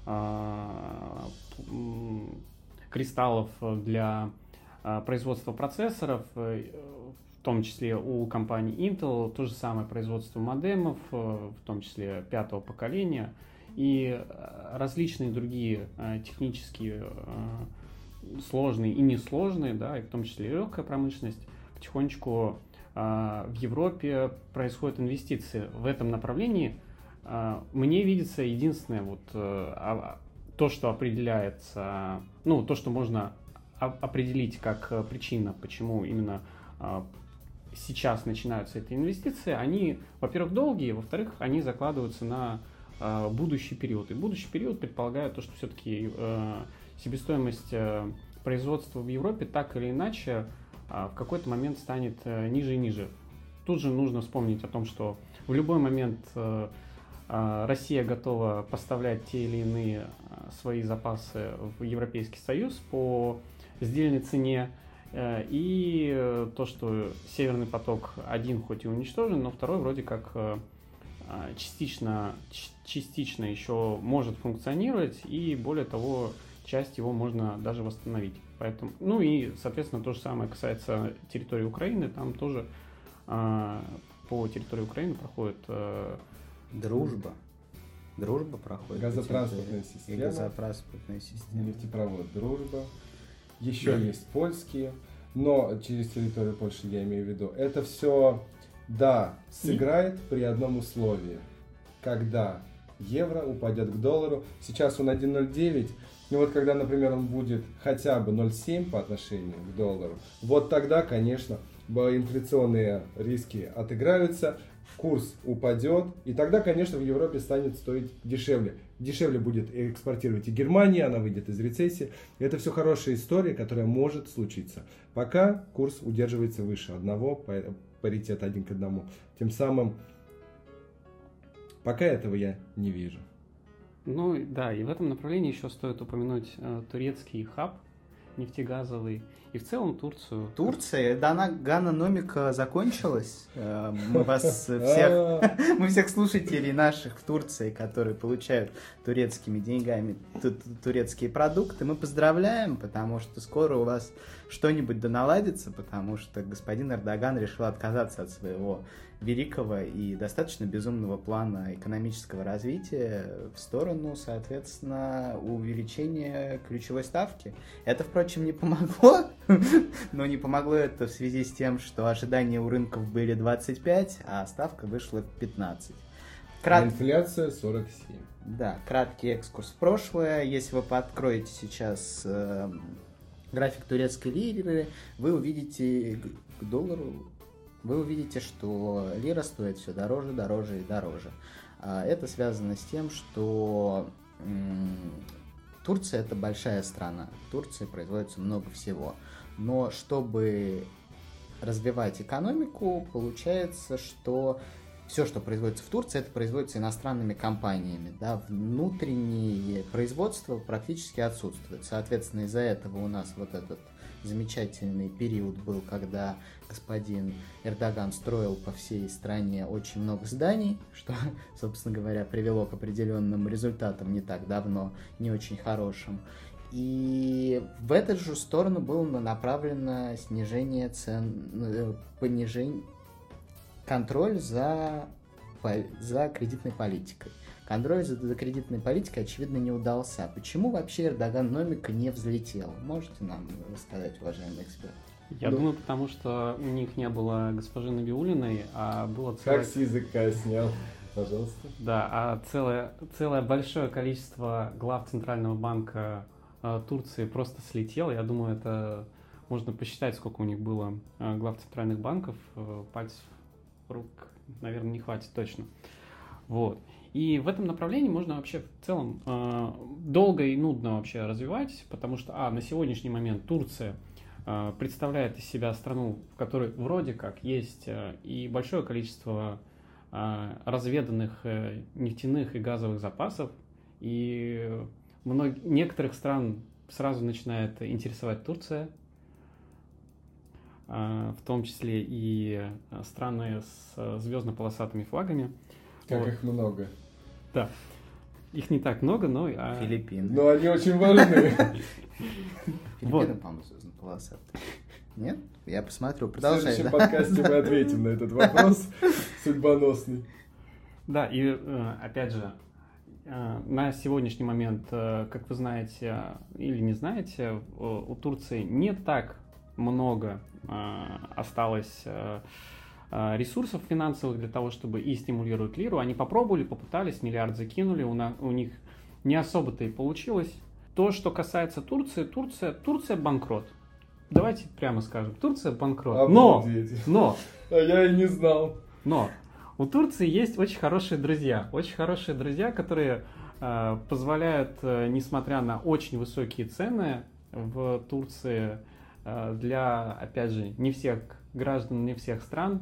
кристаллов для производства процессоров, в том числе у компании Intel, то же самое производство модемов, в том числе 5-го поколения, и различные другие технически сложные и несложные, и в том числе и легкая промышленность, потихонечку в Европе происходят инвестиции в этом направлении. Мне видится единственное то, что определяется, то, что можно определить как причина, почему именно сейчас начинаются эти инвестиции, они, во-первых, долгие, во-вторых, они закладываются на будущий период. И будущий период предполагает то, что все-таки себестоимость производства в Европе так или иначе в какой-то момент станет ниже и ниже. Тут же нужно вспомнить о том, что в любой момент Россия готова поставлять те или иные свои запасы в Европейский Союз по сдельной цене. И то, что Северный поток-1 хоть и уничтожен, но второй вроде как частично еще может функционировать, и более того, часть его можно даже восстановить. Поэтому, ну и, соответственно, то же самое касается территории Украины. Там тоже по территории Украины проходит... Дружба проходит. Газотранспортная система. И газотранспортная система. Нефтепровод «Дружба». Еще есть польские, но через территорию Польши я имею в виду. Это все, да, сыграет при одном условии. Когда евро упадет к доллару. Сейчас он 1.09. И вот когда, например, он будет хотя бы 0.7 по отношению к доллару, вот тогда, конечно, инфляционные риски отыграются, курс упадет, и тогда, конечно, в Европе станет стоить дешевле. Дешевле будет экспортировать и Германия, она выйдет из рецессии. Это все хорошая история, которая может случиться. Пока курс удерживается выше одного, паритет 1 к 1. Тем самым, пока этого я не вижу. Ну да, и в этом направлении еще стоит упомянуть турецкий хаб нефтегазовый и в целом Турцию. Турция, Ганнономика закончилась. Мы всех слушателей наших в Турции, которые получают турецкими деньгами турецкие продукты, мы поздравляем, потому что скоро у вас что-нибудь да наладится, потому что господин Эрдоган решил отказаться от своего великого и достаточно безумного плана экономического развития в сторону, соответственно, увеличения ключевой ставки. Это, впрочем, не помогло, но не помогло это в связи с тем, что ожидания у рынков были 25, а ставка вышла в 15. Инфляция 47. Да, краткий экскурс в прошлое. Если вы откроете сейчас график турецкой лиры, вы увидите к доллару, вы увидите, что лира стоит все дороже, дороже и дороже. Это связано с тем, что Турция – это большая страна. В Турции производится много всего. Но чтобы развивать экономику, получается, что все, что производится в Турции, это производится иностранными компаниями. Да? Внутреннее производство практически отсутствует. Соответственно, из-за этого у нас вот этот замечательный период был, когда господин Эрдоган строил по всей стране очень много зданий, что, собственно говоря, привело к определенным результатам не так давно, не очень хорошим. И в эту же сторону было направлено снижение цен, контроль за кредитной политикой. Контроль за кредитной политикой, очевидно, не удался. Почему вообще Эрдоган-номика не взлетела? Можете нам рассказать, уважаемый эксперт? Я думаю, потому что у них не было госпожи Набиуллиной, а было целое... Как с языка снял, пожалуйста. Да, а целое большое количество глав Центрального банка Турции просто слетело. Я думаю, это можно посчитать, сколько у них было глав центральных банков. Пальцев рук, наверное, не хватит точно. Вот. И в этом направлении можно вообще в целом долго и нудно вообще развивать, потому что, на сегодняшний момент Турция представляет из себя страну, в которой вроде как есть и большое количество разведанных нефтяных и газовых запасов, и некоторых стран сразу начинает интересовать Турция, в том числе и страны с звездно-полосатыми флагами. Как их много. Да. Их не так много, но... Филиппины. Но они очень важны. Филиппины, по-моему, звездно-полосатые. Нет? Я посмотрю. Продолжай. В следующем подкасте мы ответим на этот вопрос судьбоносный. Да, и опять же, на сегодняшний момент, как вы знаете или не знаете, у Турции не так много осталось ресурсов финансовых для того, чтобы и стимулировать лиру. Они попробовали, попытались, миллиард закинули, у них не особо-то и получилось. То, что касается Турции, Турция банкрот. Давайте прямо скажем, Турция банкрот. Но! А я и не знал. Но у Турции есть очень хорошие друзья, которые позволяют, несмотря на очень высокие цены в Турции, для, опять же, не всех граждан, не всех стран,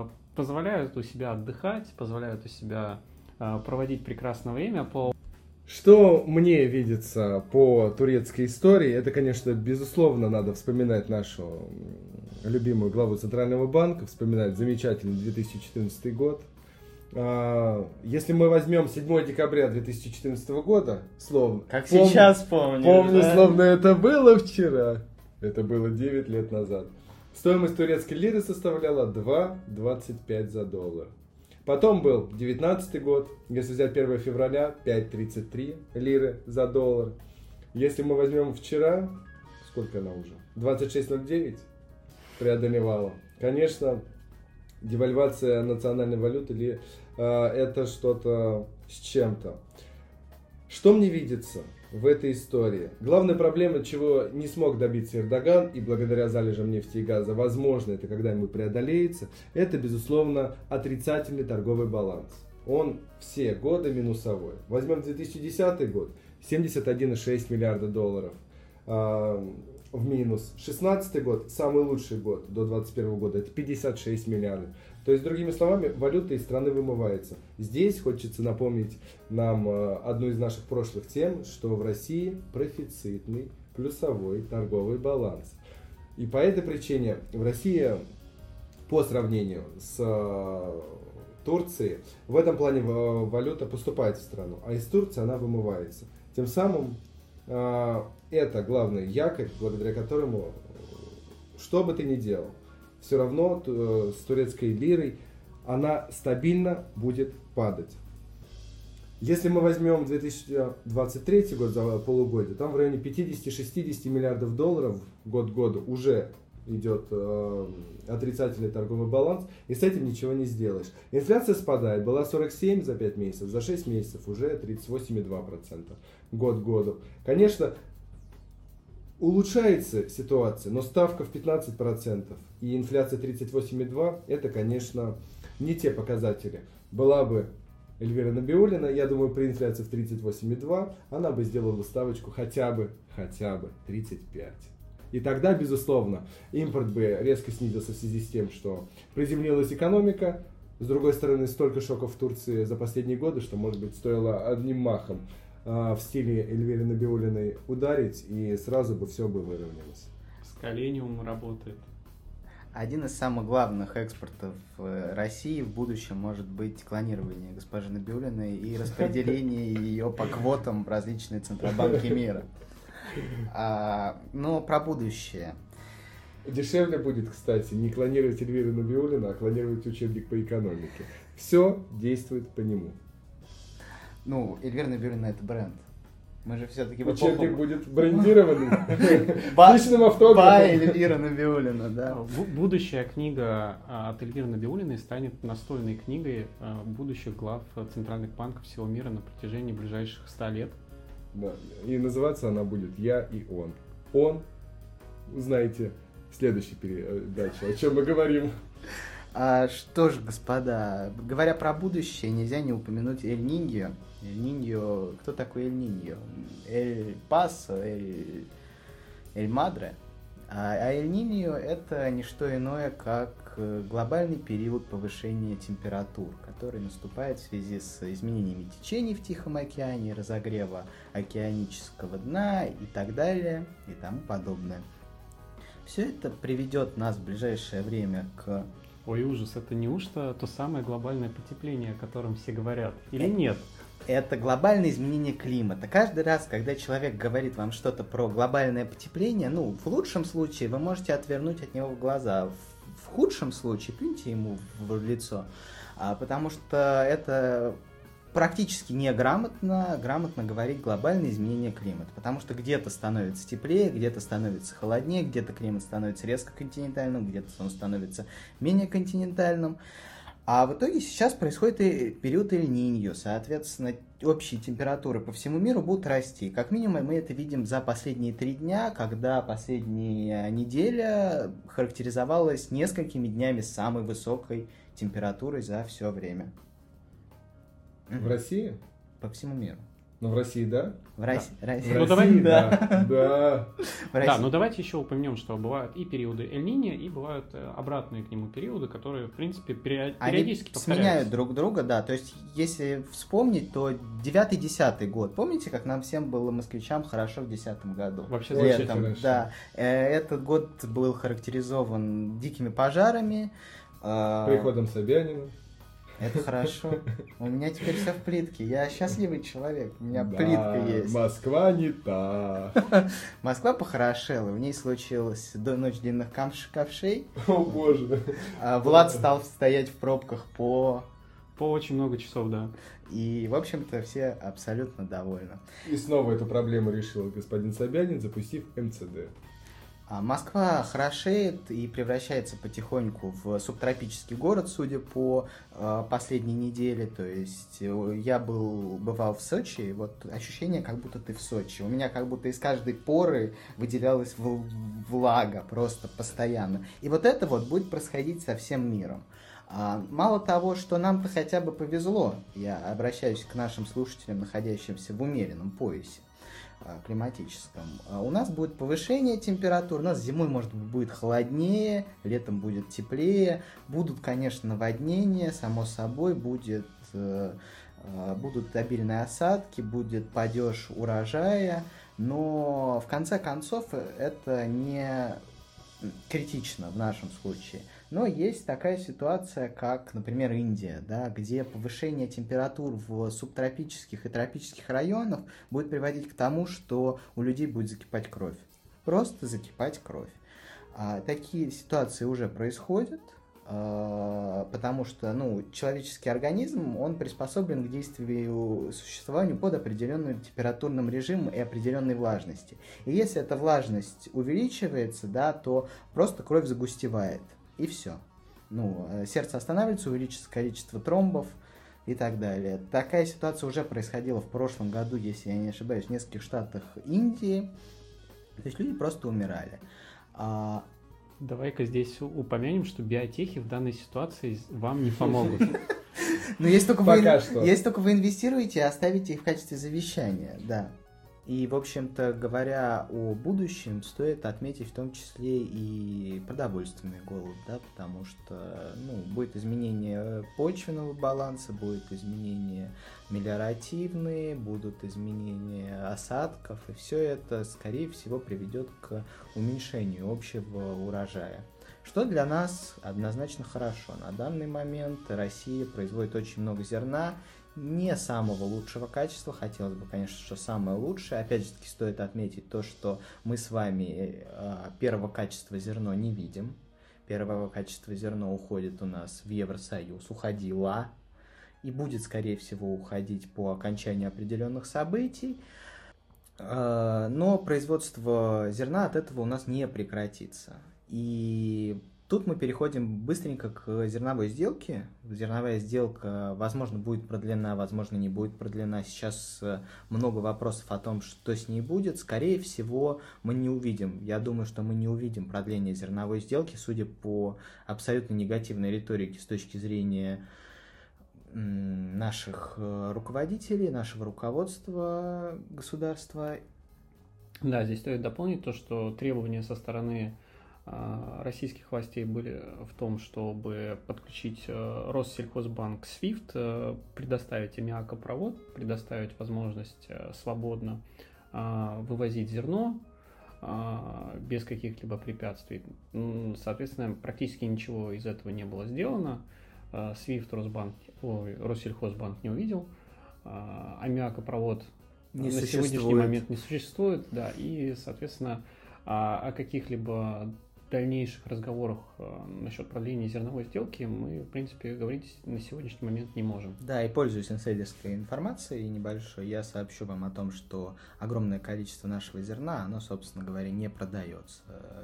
позволяют у себя отдыхать, позволяют у себя проводить прекрасное время. Что мне видится по турецкой истории, это, конечно, безусловно, надо вспоминать нашу любимую главу Центрального банка, вспоминать замечательный 2014 год. Если мы возьмем 7 декабря 2014 года, словно... Как сейчас помню. Помню, да? словно это было вчера. Это было 9 лет назад. Стоимость турецкой лиры составляла 2,25 за доллар. Потом был 19 год, если взять 1 февраля, 5,33 лиры за доллар. Если мы возьмем вчера, сколько она уже? 26,09 преодолевала. Конечно, девальвация национальной валюты это что-то с чем-то. Что мне видится в этой истории? Главная проблема, чего не смог добиться Эрдоган, и благодаря залежам нефти и газа, возможно, это когда-нибудь преодолеется, это, безусловно, отрицательный торговый баланс. Он все годы минусовой. Возьмем 2010 год, 71,6 миллиарда долларов в минус. 2016 год, самый лучший год до 2021 года, это 56 миллиардов. То есть, другими словами, валюта из страны вымывается. Здесь хочется напомнить нам одну из наших прошлых тем, что в России профицитный плюсовой торговый баланс. И по этой причине в России, по сравнению с Турцией, в этом плане валюта поступает в страну, а из Турции она вымывается. Тем самым это главный якорь, благодаря которому, что бы ты ни делал, все равно с турецкой лирой она стабильно будет падать. Если мы возьмем 2023 год за полугодие, там в районе 50-60 миллиардов долларов год к году уже идет отрицательный торговый баланс, и с этим ничего не сделаешь. Инфляция спадает, была 47 за 5 месяцев, за 6 месяцев уже 38,2% год к году. Конечно, улучшается ситуация, но ставка в 15% и инфляция 38,2% это, конечно, не те показатели. Была бы Эльвира Набиуллина, я думаю, при инфляции в 38,2% она бы сделала ставочку хотя бы 35%. И тогда, безусловно, импорт бы резко снизился в связи с тем, что приземлилась экономика. С другой стороны, столько шоков в Турции за последние годы, что, может быть, стоило одним махом в стиле Эльвиры Набиуллиной ударить, и сразу бы все бы выровнялось. Скалениум работает. Один из самых главных экспортов России в будущем может быть клонирование госпожи Набиуллиной и распределение ее по квотам в различные центробанки мира. Но про будущее. Дешевле будет, кстати, не клонировать Эльвиру Набиуллину, а клонировать учебник по экономике. Все действует по нему. Ну, Эльвира Набиуллина — это бренд. Мы же все-таки в учебник будет брендированный. Личным автографом. Ба Эльвира Набиуллина, да. Будущая книга от Эльвиры Набиуллиной станет настольной книгой будущих глав центральных банков всего мира на протяжении ближайших 100 лет. Да. И называться она будет «Я и он». Он, знаете, в следующей передаче, о чем мы говорим. Что ж, господа, говоря про будущее, нельзя не упомянуть Эль Ниньо. Эль Ниньо, кто такой Эль Ниньо? Эль Пасо, Эль Мадре. А Эль Ниньо — это не что иное, как глобальный период повышения температур, который наступает в связи с изменениями течений в Тихом океане, разогрева океанического дна и так далее и тому подобное. Все это приведет нас в ближайшее время к... Ой, ужас, это неужто то самое глобальное потепление, о котором все говорят? Или нет? Это глобальное изменение климата. Каждый раз, когда человек говорит вам что-то про глобальное потепление, ну, в лучшем случае вы можете отвернуть от него глаза, в худшем случае плюньте ему в лицо, потому что это практически неграмотно говорить глобальное изменение климата, потому что где-то становится теплее, где-то становится холоднее, где-то климат становится резко континентальным, где-то он становится менее континентальным. А в итоге сейчас происходит и период Эль-Ниньо, соответственно, общие температуры по всему миру будут расти. Как минимум мы это видим за последние 3 дня, когда последняя неделя характеризовалась несколькими днями самой высокой температурой за все время. В России? По всему миру. Ну, в России, да? В России, В Ну, России, давай- да. Да. В России. Да, но давайте еще упомянем, что бывают и периоды Эль-Ниньо, и бывают обратные к нему периоды, которые, в принципе, периодически Они повторяются. сменяют друг друга, да. То есть, если вспомнить, то 9-10 год. Помните, как нам всем было, москвичам, хорошо в 2010 году? Вообще Летом, замечательно. да. Этот год был характеризован дикими пожарами. Приходом Собянина. Это хорошо. У меня теперь все в плитке. Я счастливый человек. У меня Да, плитка есть. Москва не та. Москва похорошела. В ней случилась ночь длинных ковшей. О боже. Влад стал стоять в пробках по... По очень много часов, да. И, в общем-то, все абсолютно довольны. И снова эту проблему решил господин Собянин, запустив МЦД. Москва хорошеет и превращается потихоньку в субтропический город, судя по последней неделе. То есть я бывал в Сочи, и вот ощущение, как будто ты в Сочи. У меня как будто из каждой поры выделялась влага просто постоянно. И вот это вот будет происходить со всем миром. Мало того, что нам-то хотя бы повезло, я обращаюсь к нашим слушателям, находящимся в умеренном поясе климатическом. У нас будет повышение температур, у нас зимой, может быть, будет холоднее, летом будет теплее, будут, конечно, наводнения, само собой, будут обильные осадки, будет падеж урожая, но в конце концов это не критично в нашем случае. Но есть такая ситуация, как, например, Индия, да, где повышение температур в субтропических и тропических районах будет приводить к тому, что у людей будет закипать кровь. Просто закипать кровь. Такие ситуации уже происходят, потому что человеческий организм, он приспособлен к действию, существованию под определенным температурным режимом и определенной влажности. И если эта влажность увеличивается, да, то просто кровь загустевает. И все. Сердце останавливается, увеличится количество тромбов и так далее. Такая ситуация уже происходила в прошлом году, если я не ошибаюсь, в нескольких штатах Индии. То есть люди просто умирали. Давай-ка здесь упомянем, что биотехи в данной ситуации вам не помогут. Но если только Пока вы инвестируете и оставите их в качестве завещания, да. И, в общем-то, говоря о будущем, стоит отметить в том числе и продовольственный голод, да, потому что, будет изменение почвенного баланса, будет изменение мелиоративные, будут изменения осадков, и все это, скорее всего, приведет к уменьшению общего урожая. Что для нас однозначно хорошо. На данный момент Россия производит очень много зерна, не самого лучшего качества, хотелось бы, конечно, что самое лучшее. Опять же таки стоит отметить то, что мы с вами первого качества зерно не видим. Первого качества зерно уходит у нас в Евросоюз, уходила и будет, скорее всего, уходить по окончанию определенных событий. Но производство зерна от этого у нас не прекратится. И тут мы переходим быстренько к зерновой сделке. Зерновая сделка, возможно, будет продлена, возможно, не будет продлена. Сейчас много вопросов о том, что с ней будет. Скорее всего, мы не увидим. Я думаю, что мы не увидим продления зерновой сделки, судя по абсолютно негативной риторике с точки зрения наших руководителей, нашего руководства государства. Да, здесь стоит дополнить то, что требования со стороны российских властей были в том, чтобы подключить Россельхозбанк SWIFT, предоставить аммиакопровод, предоставить возможность свободно вывозить зерно без каких-либо препятствий. Соответственно, практически ничего из этого не было сделано. SWIFT Россельхозбанк не увидел. Аммиакопровод на сегодняшний момент не существует. Да, и, соответственно, о каких-либо дальнейших разговорах насчет продления зерновой сделки мы, в принципе, говорить на сегодняшний момент не можем. Да, и пользуясь инсайдерской информацией небольшой, я сообщу вам о том, что огромное количество нашего зерна, оно, собственно говоря, не продается.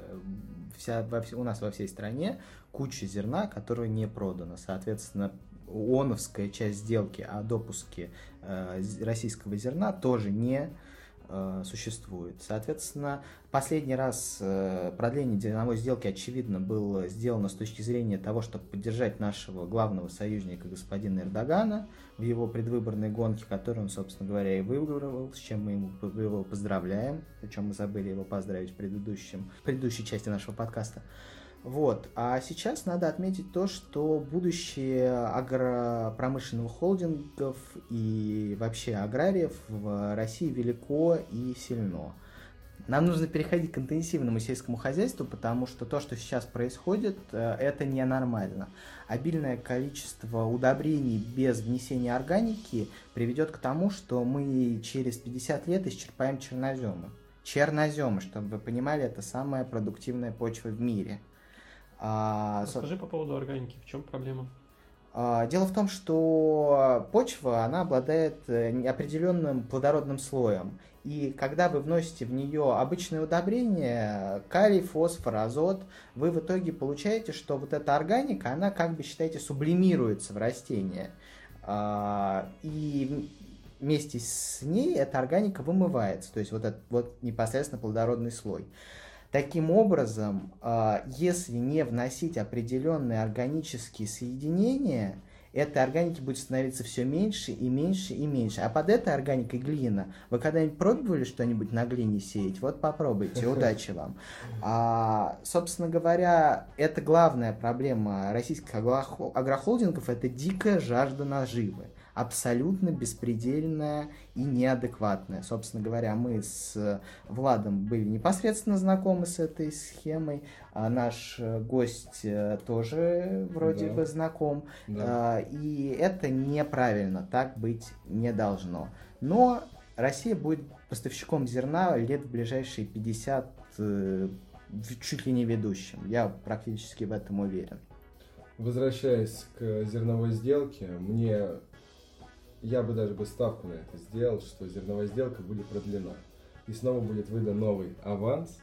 У нас во всей стране куча зерна, которое не продано. Соответственно, ООНовская часть сделки о допуске российского зерна тоже не существует. Соответственно, последний раз продление зерновой сделки, очевидно, было сделано с точки зрения того, чтобы поддержать нашего главного союзника господина Эрдогана в его предвыборной гонке, которую он, собственно говоря, и выигрывал, с чем мы его поздравляем, причем мы забыли его поздравить в предыдущей части нашего подкаста. Вот. А сейчас надо отметить то, что будущее агропромышленных холдингов и вообще аграриев в России велико и сильно. Нам нужно переходить к интенсивному сельскому хозяйству, потому что то, что сейчас происходит, это ненормально. Обильное количество удобрений без внесения органики приведет к тому, что мы через 50 лет исчерпаем черноземы. Черноземы, чтобы вы понимали, это самая продуктивная почва в мире. Скажи по поводу органики, в чем проблема? Дело в том, что почва, она обладает определенным плодородным слоем. И когда вы вносите в нее обычное удобрение, калий, фосфор, азот, вы в итоге получаете, что вот эта органика, она как бы, считайте, сублимируется в растение. И вместе с ней эта органика вымывается, то есть вот этот вот непосредственно плодородный слой. Таким образом, если не вносить определенные органические соединения, этой органики будет становиться все меньше и меньше и меньше. А под этой органикой глина. Вы когда-нибудь пробовали что-нибудь на глине сеять? Вот попробуйте, удачи вам. Собственно говоря, это главная проблема российских агрохолдингов, это дикая жажда наживы. Абсолютно беспредельная и неадекватная. Собственно говоря, мы с Владом были непосредственно знакомы с этой схемой, а наш гость тоже вроде бы знаком. Да. И это неправильно, так быть не должно. Но Россия будет поставщиком зерна лет в ближайшие 50, чуть ли не ведущим. Я практически в этом уверен. Возвращаясь к зерновой сделке, я бы даже ставку на это сделал, что зерновая сделка будет продлена. И снова будет выдан новый аванс.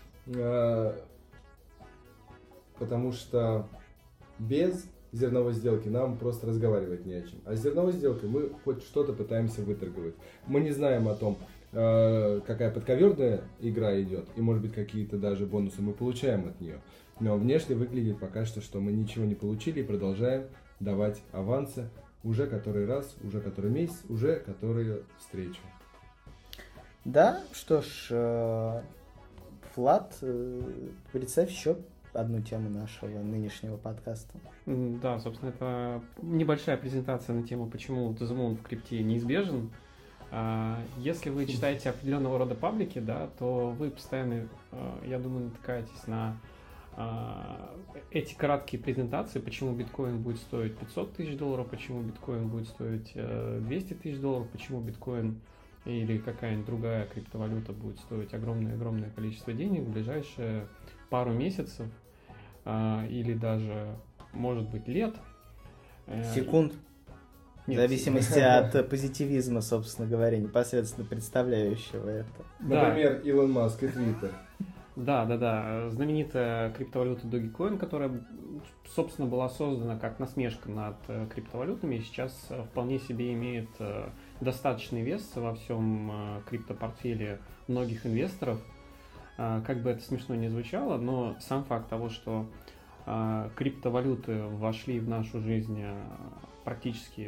Потому что без зерновой сделки нам просто разговаривать не о чем. А с зерновой сделкой мы хоть что-то пытаемся выторговать. Мы не знаем о том, какая подковерная игра идет. И может быть какие-то даже бонусы мы получаем от нее. Но внешне выглядит пока что мы ничего не получили и продолжаем давать авансы. Уже который раз, уже который месяц, уже которые встречи. Да, что ж, Влад, представь еще одну тему нашего нынешнего подкаста. Да, собственно, это небольшая презентация на тему, почему дозимон в крипте неизбежен. Если вы читаете определенного рода паблики, да, то вы постоянно, я думаю, натыкаетесь на эти краткие презентации, почему биткоин будет стоить $500 тысяч, почему биткоин будет стоить $200 тысяч, почему биткоин или какая-нибудь другая криптовалюта будет стоить огромное количество денег в ближайшие пару месяцев или даже, может быть, лет. Секунд. В зависимости от позитивизма, собственно говоря, непосредственно представляющего это. Например, Илон Маск и Твиттер. Да. Знаменитая криптовалюта Dogecoin, которая, собственно, была создана как насмешка над криптовалютами, сейчас вполне себе имеет достаточный вес во всем криптопортфеле многих инвесторов. Как бы это смешно ни звучало, но сам факт того, что криптовалюты вошли в нашу жизнь практически,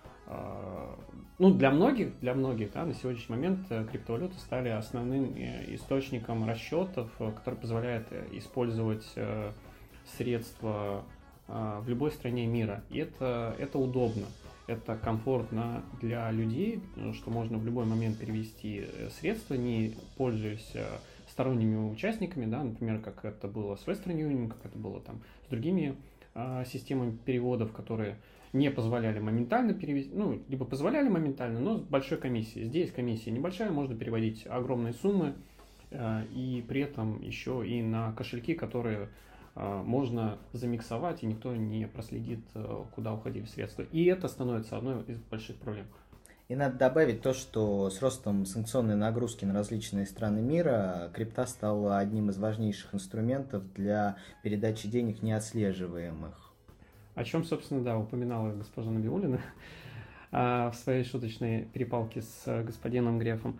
для многих, да, на сегодняшний момент криптовалюты стали основным источником расчетов, который позволяет использовать средства в любой стране мира. И это удобно, это комфортно для людей, что можно в любой момент перевести средства, не пользуясь сторонними участниками, да, например, как это было с Western Union, как это было там с другими системами переводов, которые не позволяли моментально перевести, либо позволяли моментально, но с большой комиссией. Здесь комиссия небольшая, можно переводить огромные суммы, и при этом еще и на кошельки, которые можно замиксовать, и никто не проследит, куда уходили средства. И это становится одной из больших проблем. И надо добавить то, что с ростом санкционной нагрузки на различные страны мира крипта стала одним из важнейших инструментов для передачи денег неотслеживаемых. О чем, собственно, упоминала госпожа Набиуллина в своей шуточной перепалке с господином Грефом.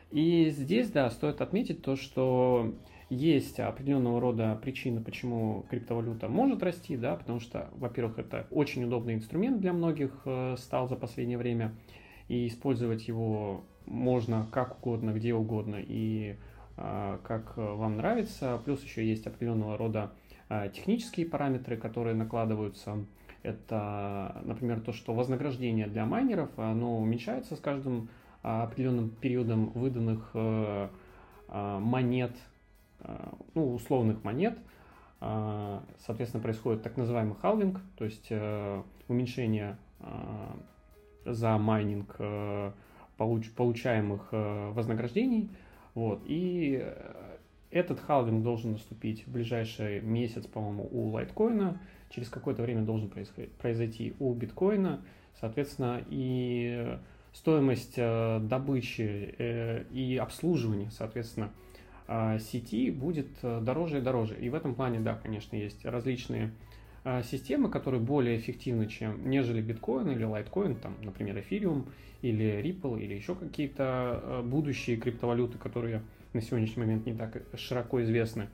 И здесь, да, стоит отметить то, что есть определенного рода причины, почему криптовалюта может расти, да, потому что, во-первых, это очень удобный инструмент для многих стал за последнее время, и использовать его можно как угодно, где угодно и как вам нравится. Плюс еще есть определенного рода технические параметры, которые накладываются. Это, например, то, что вознаграждение для майнеров, оно уменьшается с каждым определенным периодом выданных монет, ну, условных монет. Соответственно, происходит так называемый халвинг, то есть уменьшение за майнинг получаемых вознаграждений. Вот. И этот халвинг должен наступить в ближайший месяц, по-моему, у лайткоина. Через какое-то время должен произойти у биткоина. Соответственно, и стоимость добычи и обслуживания, соответственно, сети будет дороже и дороже. И в этом плане, да, конечно, есть различные системы, которые более эффективны, нежели биткоин или лайткоин, там, например, эфириум или Ripple или еще какие-то будущие криптовалюты, которые на сегодняшний момент не так широко известны.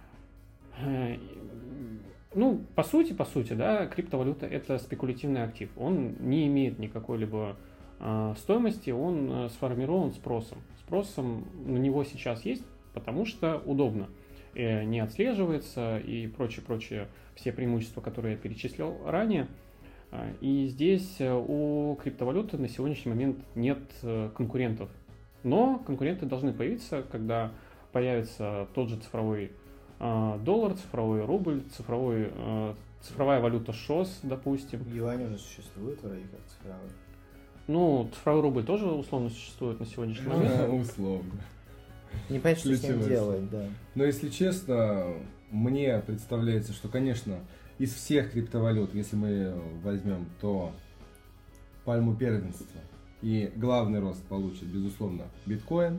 Ну, по сути, да, криптовалюта – это спекулятивный актив. Он не имеет никакой либо стоимости, он сформирован спросом. Спросом на него сейчас есть, потому что удобно. Не отслеживается и прочее, все преимущества, которые я перечислил ранее. И здесь у криптовалюты на сегодняшний момент нет конкурентов. Но конкуренты должны появиться, когда появится тот же цифровой доллар, цифровой рубль, цифровая валюта ШОС, допустим. Юань уже существует вроде как цифровой. Ну, цифровой рубль тоже условно существует на сегодняшний момент. Условно. Не понятно, что с ним делать, да. Но если честно, мне представляется, что, конечно, из всех криптовалют, если мы возьмем, то пальму первенства и главный рост получит, безусловно, биткоин.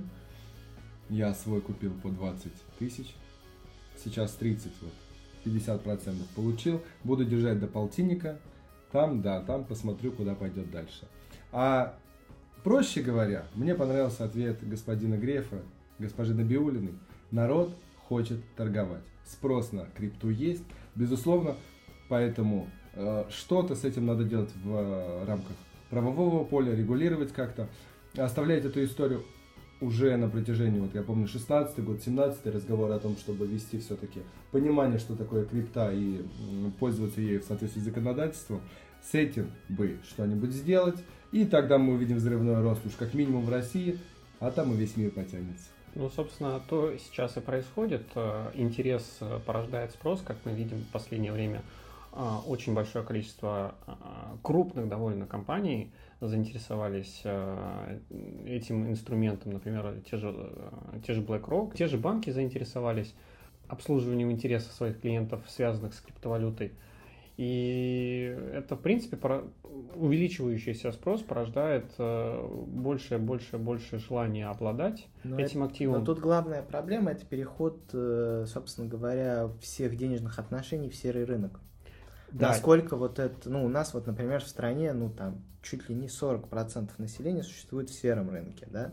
Я свой купил по 20 тысяч, сейчас 30, вот, 50% получил. Буду держать до полтинника, там посмотрю, куда пойдет дальше. А проще говоря, мне понравился ответ господина Грефа, госпожи Набиуллиной. Народ хочет торговать. Спрос на крипту есть, безусловно, поэтому что-то с этим надо делать в рамках правового поля, регулировать как-то. Оставлять эту историю уже на протяжении, вот я помню, 16-й год, 17-й разговор о том, чтобы ввести все-таки понимание, что такое крипта и пользоваться ею в соответствии с законодательством. С этим бы что-нибудь сделать, и тогда мы увидим взрывной рост уж как минимум в России, а там и весь мир потянется. Ну, собственно, то сейчас и происходит. Интерес порождает спрос, как мы видим в последнее время. Очень большое количество крупных довольно компаний заинтересовались этим инструментом. Например, те же BlackRock, те же банки заинтересовались обслуживанием интересов своих клиентов, связанных с криптовалютой. И это, в принципе, увеличивающийся спрос порождает больше желания обладать этим активом. Но тут главная проблема – это переход, собственно говоря, всех денежных отношений в серый рынок. Да. Насколько вот это, ну, у нас вот, например, в стране, ну, там, чуть ли не 40% населения существует в сером рынке, да?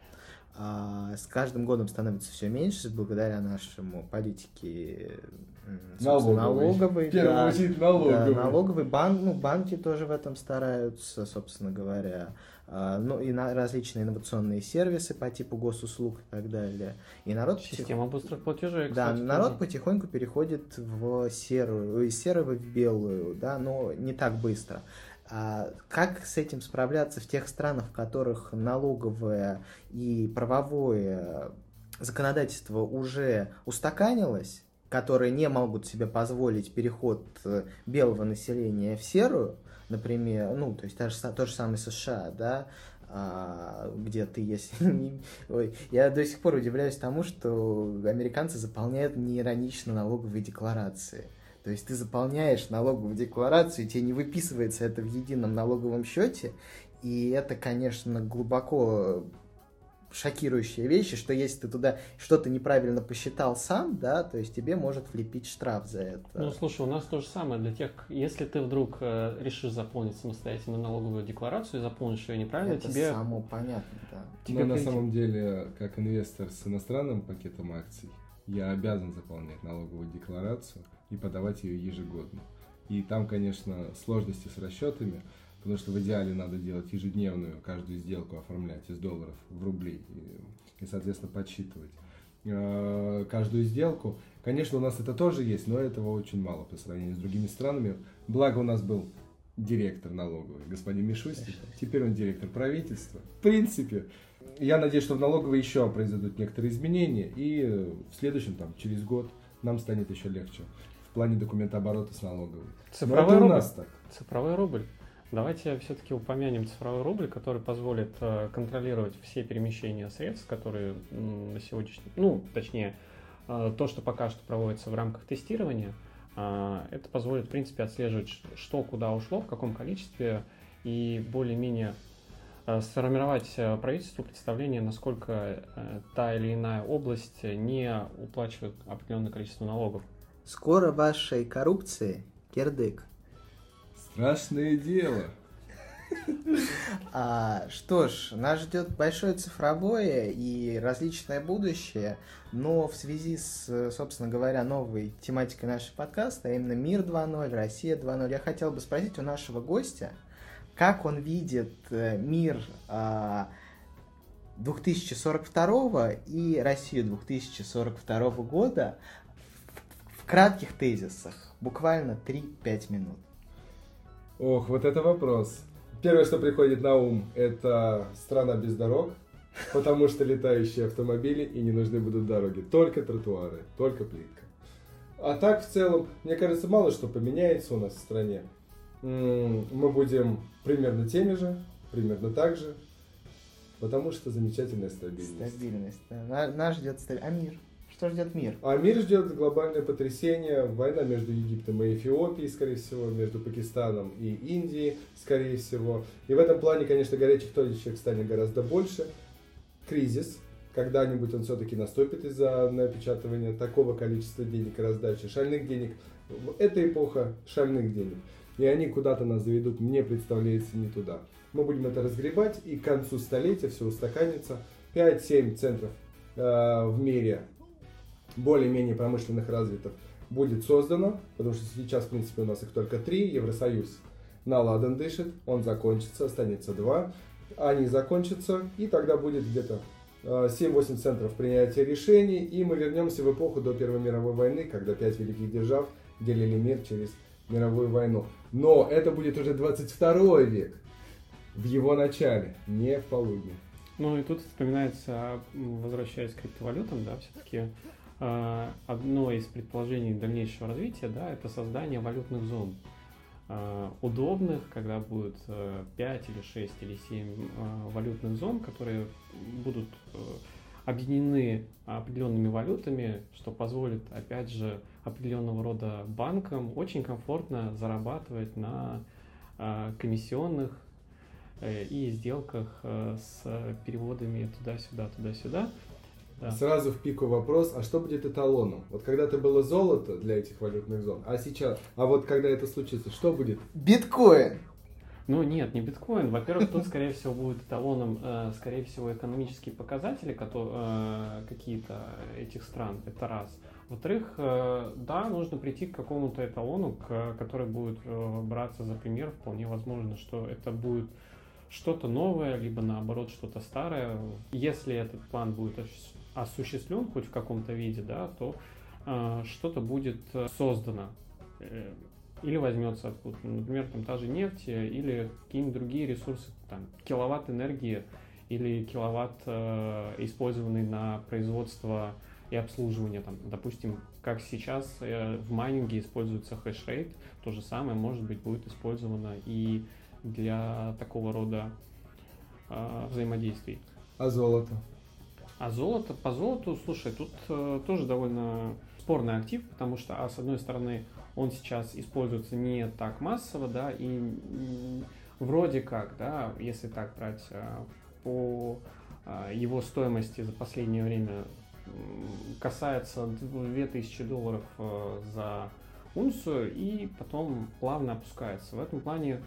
С каждым годом становится все меньше благодаря нашему политике налоговой. В первую очередь налоговой. Да, налоговый банк, ну, банки тоже в этом стараются, собственно говоря. Ну, и различные инновационные сервисы по типу госуслуг и так далее. И народ Система быстрых платежей, кстати. Да, народ потихоньку переходит в серую, из серого в белую, да, но не так быстро. Как с этим справляться в тех странах, в которых налоговое и правовое законодательство уже устаканилось, которые не могут себе позволить переход белого населения в серую, например, ну, то есть то же самое США, да, где ты, если... Ой, я до сих пор удивляюсь тому, что американцы заполняют неиронично налоговые декларации. То есть ты заполняешь налоговую декларацию, тебе не выписывается это в едином налоговом счете, и это, конечно, глубоко шокирующие вещи, что если ты туда что-то неправильно посчитал сам, да, то есть тебе может влепить штраф за это. Ну, слушай, у нас то же самое для тех, если ты вдруг решишь заполнить самостоятельно налоговую декларацию и заполнишь ее неправильно, это тебе... само понятно, да. Но на самом деле, как инвестор с иностранным пакетом акций, я обязан заполнять налоговую декларацию и подавать ее ежегодно. И там, конечно, сложности с расчетами, потому что в идеале надо делать ежедневную, каждую сделку оформлять из долларов в рубли и соответственно, подсчитывать каждую сделку. Конечно, у нас это тоже есть, но этого очень мало по сравнению с другими странами. Благо у нас был директор налоговый, господин Мишустин, теперь он директор правительства. В принципе, я надеюсь, что в налоговой еще произойдут некоторые изменения, и в следующем, через год, нам станет еще легче в плане документооборота с налоговой. Цифровой у рубль. нас так. Цифровой рубль. Давайте все-таки упомянем цифровой рубль, который позволит контролировать все перемещения средств, которые на сегодняшний... точнее, то, что пока что проводится в рамках тестирования, это позволит, в принципе, отслеживать, что куда ушло, в каком количестве, и более-менее сформировать правительству представление, насколько та или иная область не уплачивает определенное количество налогов. Скоро вашей коррупции кирдык. Страшное дело. Что ж, нас ждет большое цифровое и различное будущее, но в связи с, собственно говоря, новой тематикой нашего подкаста, а именно Мир 2.0, Россия 2.0, я хотел бы спросить у нашего гостя, как он видит мир 2042 и Россию 2042 года в кратких тезисах, буквально 3-5 минут. Ох, вот это вопрос. Первое, что приходит на ум, это страна без дорог, потому что летающие автомобили и не нужны будут дороги. Только тротуары, только плитка. А так, в целом, мне кажется, мало что поменяется у нас в стране. Мы будем примерно теми же, примерно так же, потому что замечательная стабильность. Стабильность, да. Нас ждет стабильность. А мир? Что ждет мир? А мир ждет глобальное потрясение, война между Египтом и Эфиопией, скорее всего, между Пакистаном и Индией, скорее всего. И в этом плане, конечно, горячих точек станет гораздо больше. Кризис, когда-нибудь он все-таки наступит из-за напечатывания такого количества денег и раздачи шальных денег. Это эпоха шальных денег. И они куда-то нас заведут, мне представляется, не туда. Мы будем это разгребать, и к концу столетия все устаканится. 5-7 центров в мире более-менее промышленных развитых будет создано, потому что сейчас, в принципе, у нас их только 3. Евросоюз на ладан дышит, он закончится, останется 2. Они закончатся, и тогда будет где-то 7-8 центров принятия решений, и мы вернемся в эпоху до Первой мировой войны, когда 5 великих держав делили мир через мировую войну. Но это будет уже 22 век, в его начале, не в полудне. Ну и тут вспоминается, возвращаясь к криптовалютам, да, все-таки одно из предположений дальнейшего развития, да, это создание валютных зон. Удобных, когда будет 5 или 6 или 7 валютных зон, которые будут объединены определенными валютами, что позволит, опять же, определенного рода банкам очень комфортно зарабатывать на комиссионных и сделках с переводами туда-сюда, туда-сюда. Да. Сразу в пику вопрос, а что будет эталоном? Вот когда-то было золото для этих валютных зон, а сейчас, вот когда это случится, что будет? Биткоин! Ну нет, не биткоин. Во-первых, тут, скорее всего, будет эталоном, скорее всего, экономические показатели какие-то этих стран. Это раз. Во-вторых, да, нужно прийти к какому-то эталону, который будет браться за пример. Вполне возможно, что это будет что-то новое, либо наоборот что-то старое. Если этот план будет осуществлен хоть в каком-то виде, да, то что-то будет создано или возьмется откуда. Например, там та же нефть или какие-нибудь другие ресурсы, там, киловатт энергии или киловатт, использованный на производство и обслуживание. Там, допустим, как сейчас в майнинге используется хэшрейт, то же самое, может быть, будет использовано и для такого рода взаимодействий. А золото? А золото, по золоту, слушай, тут тоже довольно спорный актив, потому что, с одной стороны, он сейчас используется не так массово, да, и вроде как, да, если так брать по его стоимости за последнее время касается $2000 за унцию и потом плавно опускается. В этом плане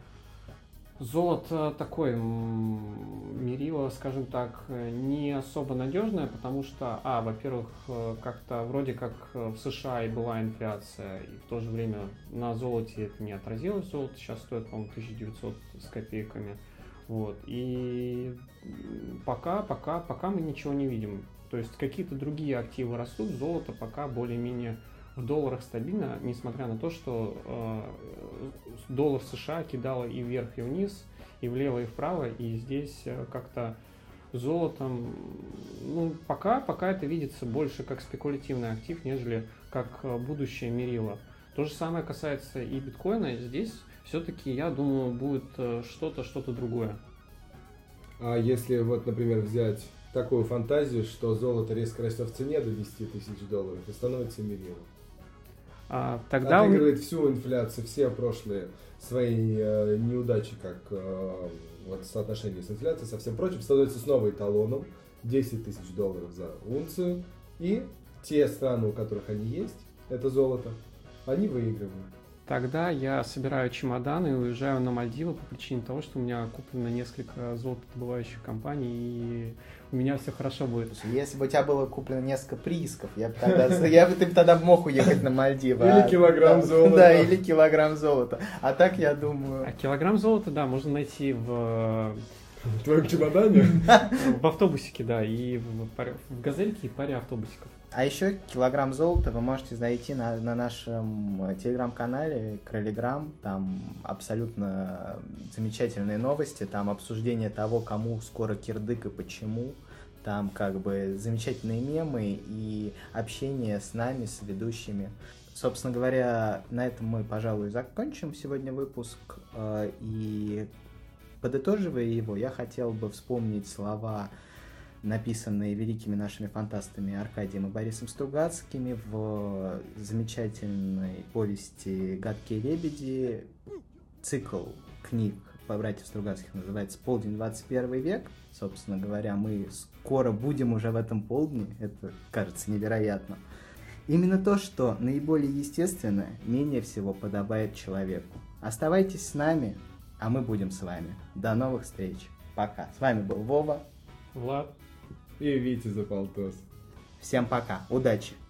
золото такое мерило, скажем так, не особо надежное, потому что, во-первых, как-то вроде как в США и была инфляция, и в то же время на золоте это не отразилось. Золото сейчас стоит, по-моему, 1900 с копейками. Вот. И пока мы ничего не видим. То есть какие-то другие активы растут, золото пока более-менее в долларах стабильно, несмотря на то, что доллар США кидало и вверх, и вниз, и влево, и вправо, и здесь как-то золотом, пока это видится больше как спекулятивный актив, нежели как будущее мерило. То же самое касается и биткоина. Здесь все-таки, я думаю, будет что-то другое. А если вот, например, взять такую фантазию, что золото резко растет в цене до $10 000 и становится мерилом? Тогда отыгрывает всю инфляцию, все прошлые свои неудачи, как вот соотношение с инфляцией, со всем прочим, становится снова эталоном $10 000 за унцию, и те страны, у которых они есть, это золото, они выигрывают. Тогда я собираю чемоданы и уезжаю на Мальдивы по причине того, что у меня куплено несколько золотодобывающих компаний, и у меня все хорошо будет. Если бы у тебя было куплено несколько приисков, ты бы тогда мог уехать на Мальдивы. Или килограмм золота. Да, или килограмм золота. А так я думаю... Килограмм золота, да, можно найти в твоем чемодане? В автобусике, да, и в газельке, и паре автобусиков. А еще килограмм золота вы можете найти на нашем телеграм-канале Кролиграм. Там абсолютно замечательные новости, там обсуждение того, кому скоро кирдык и почему. Там как бы замечательные мемы и общение с нами, с ведущими. Собственно говоря, на этом мы, пожалуй, закончим сегодня выпуск. И подытоживая его, я хотел бы вспомнить слова, написанные великими нашими фантастами Аркадием и Борисом Стругацкими в замечательной повести «Гадкие лебеди». Цикл книг по братьев Стругацких называется «Полдень, 21 век». Собственно говоря, мы скоро будем уже в этом полдне. Это кажется невероятно. Именно то, что наиболее естественное, менее всего подобает человеку. Оставайтесь с нами, а мы будем с вами. До новых встреч. Пока. С вами был Вова, Влад и Витя Заполтос. Всем пока. Удачи.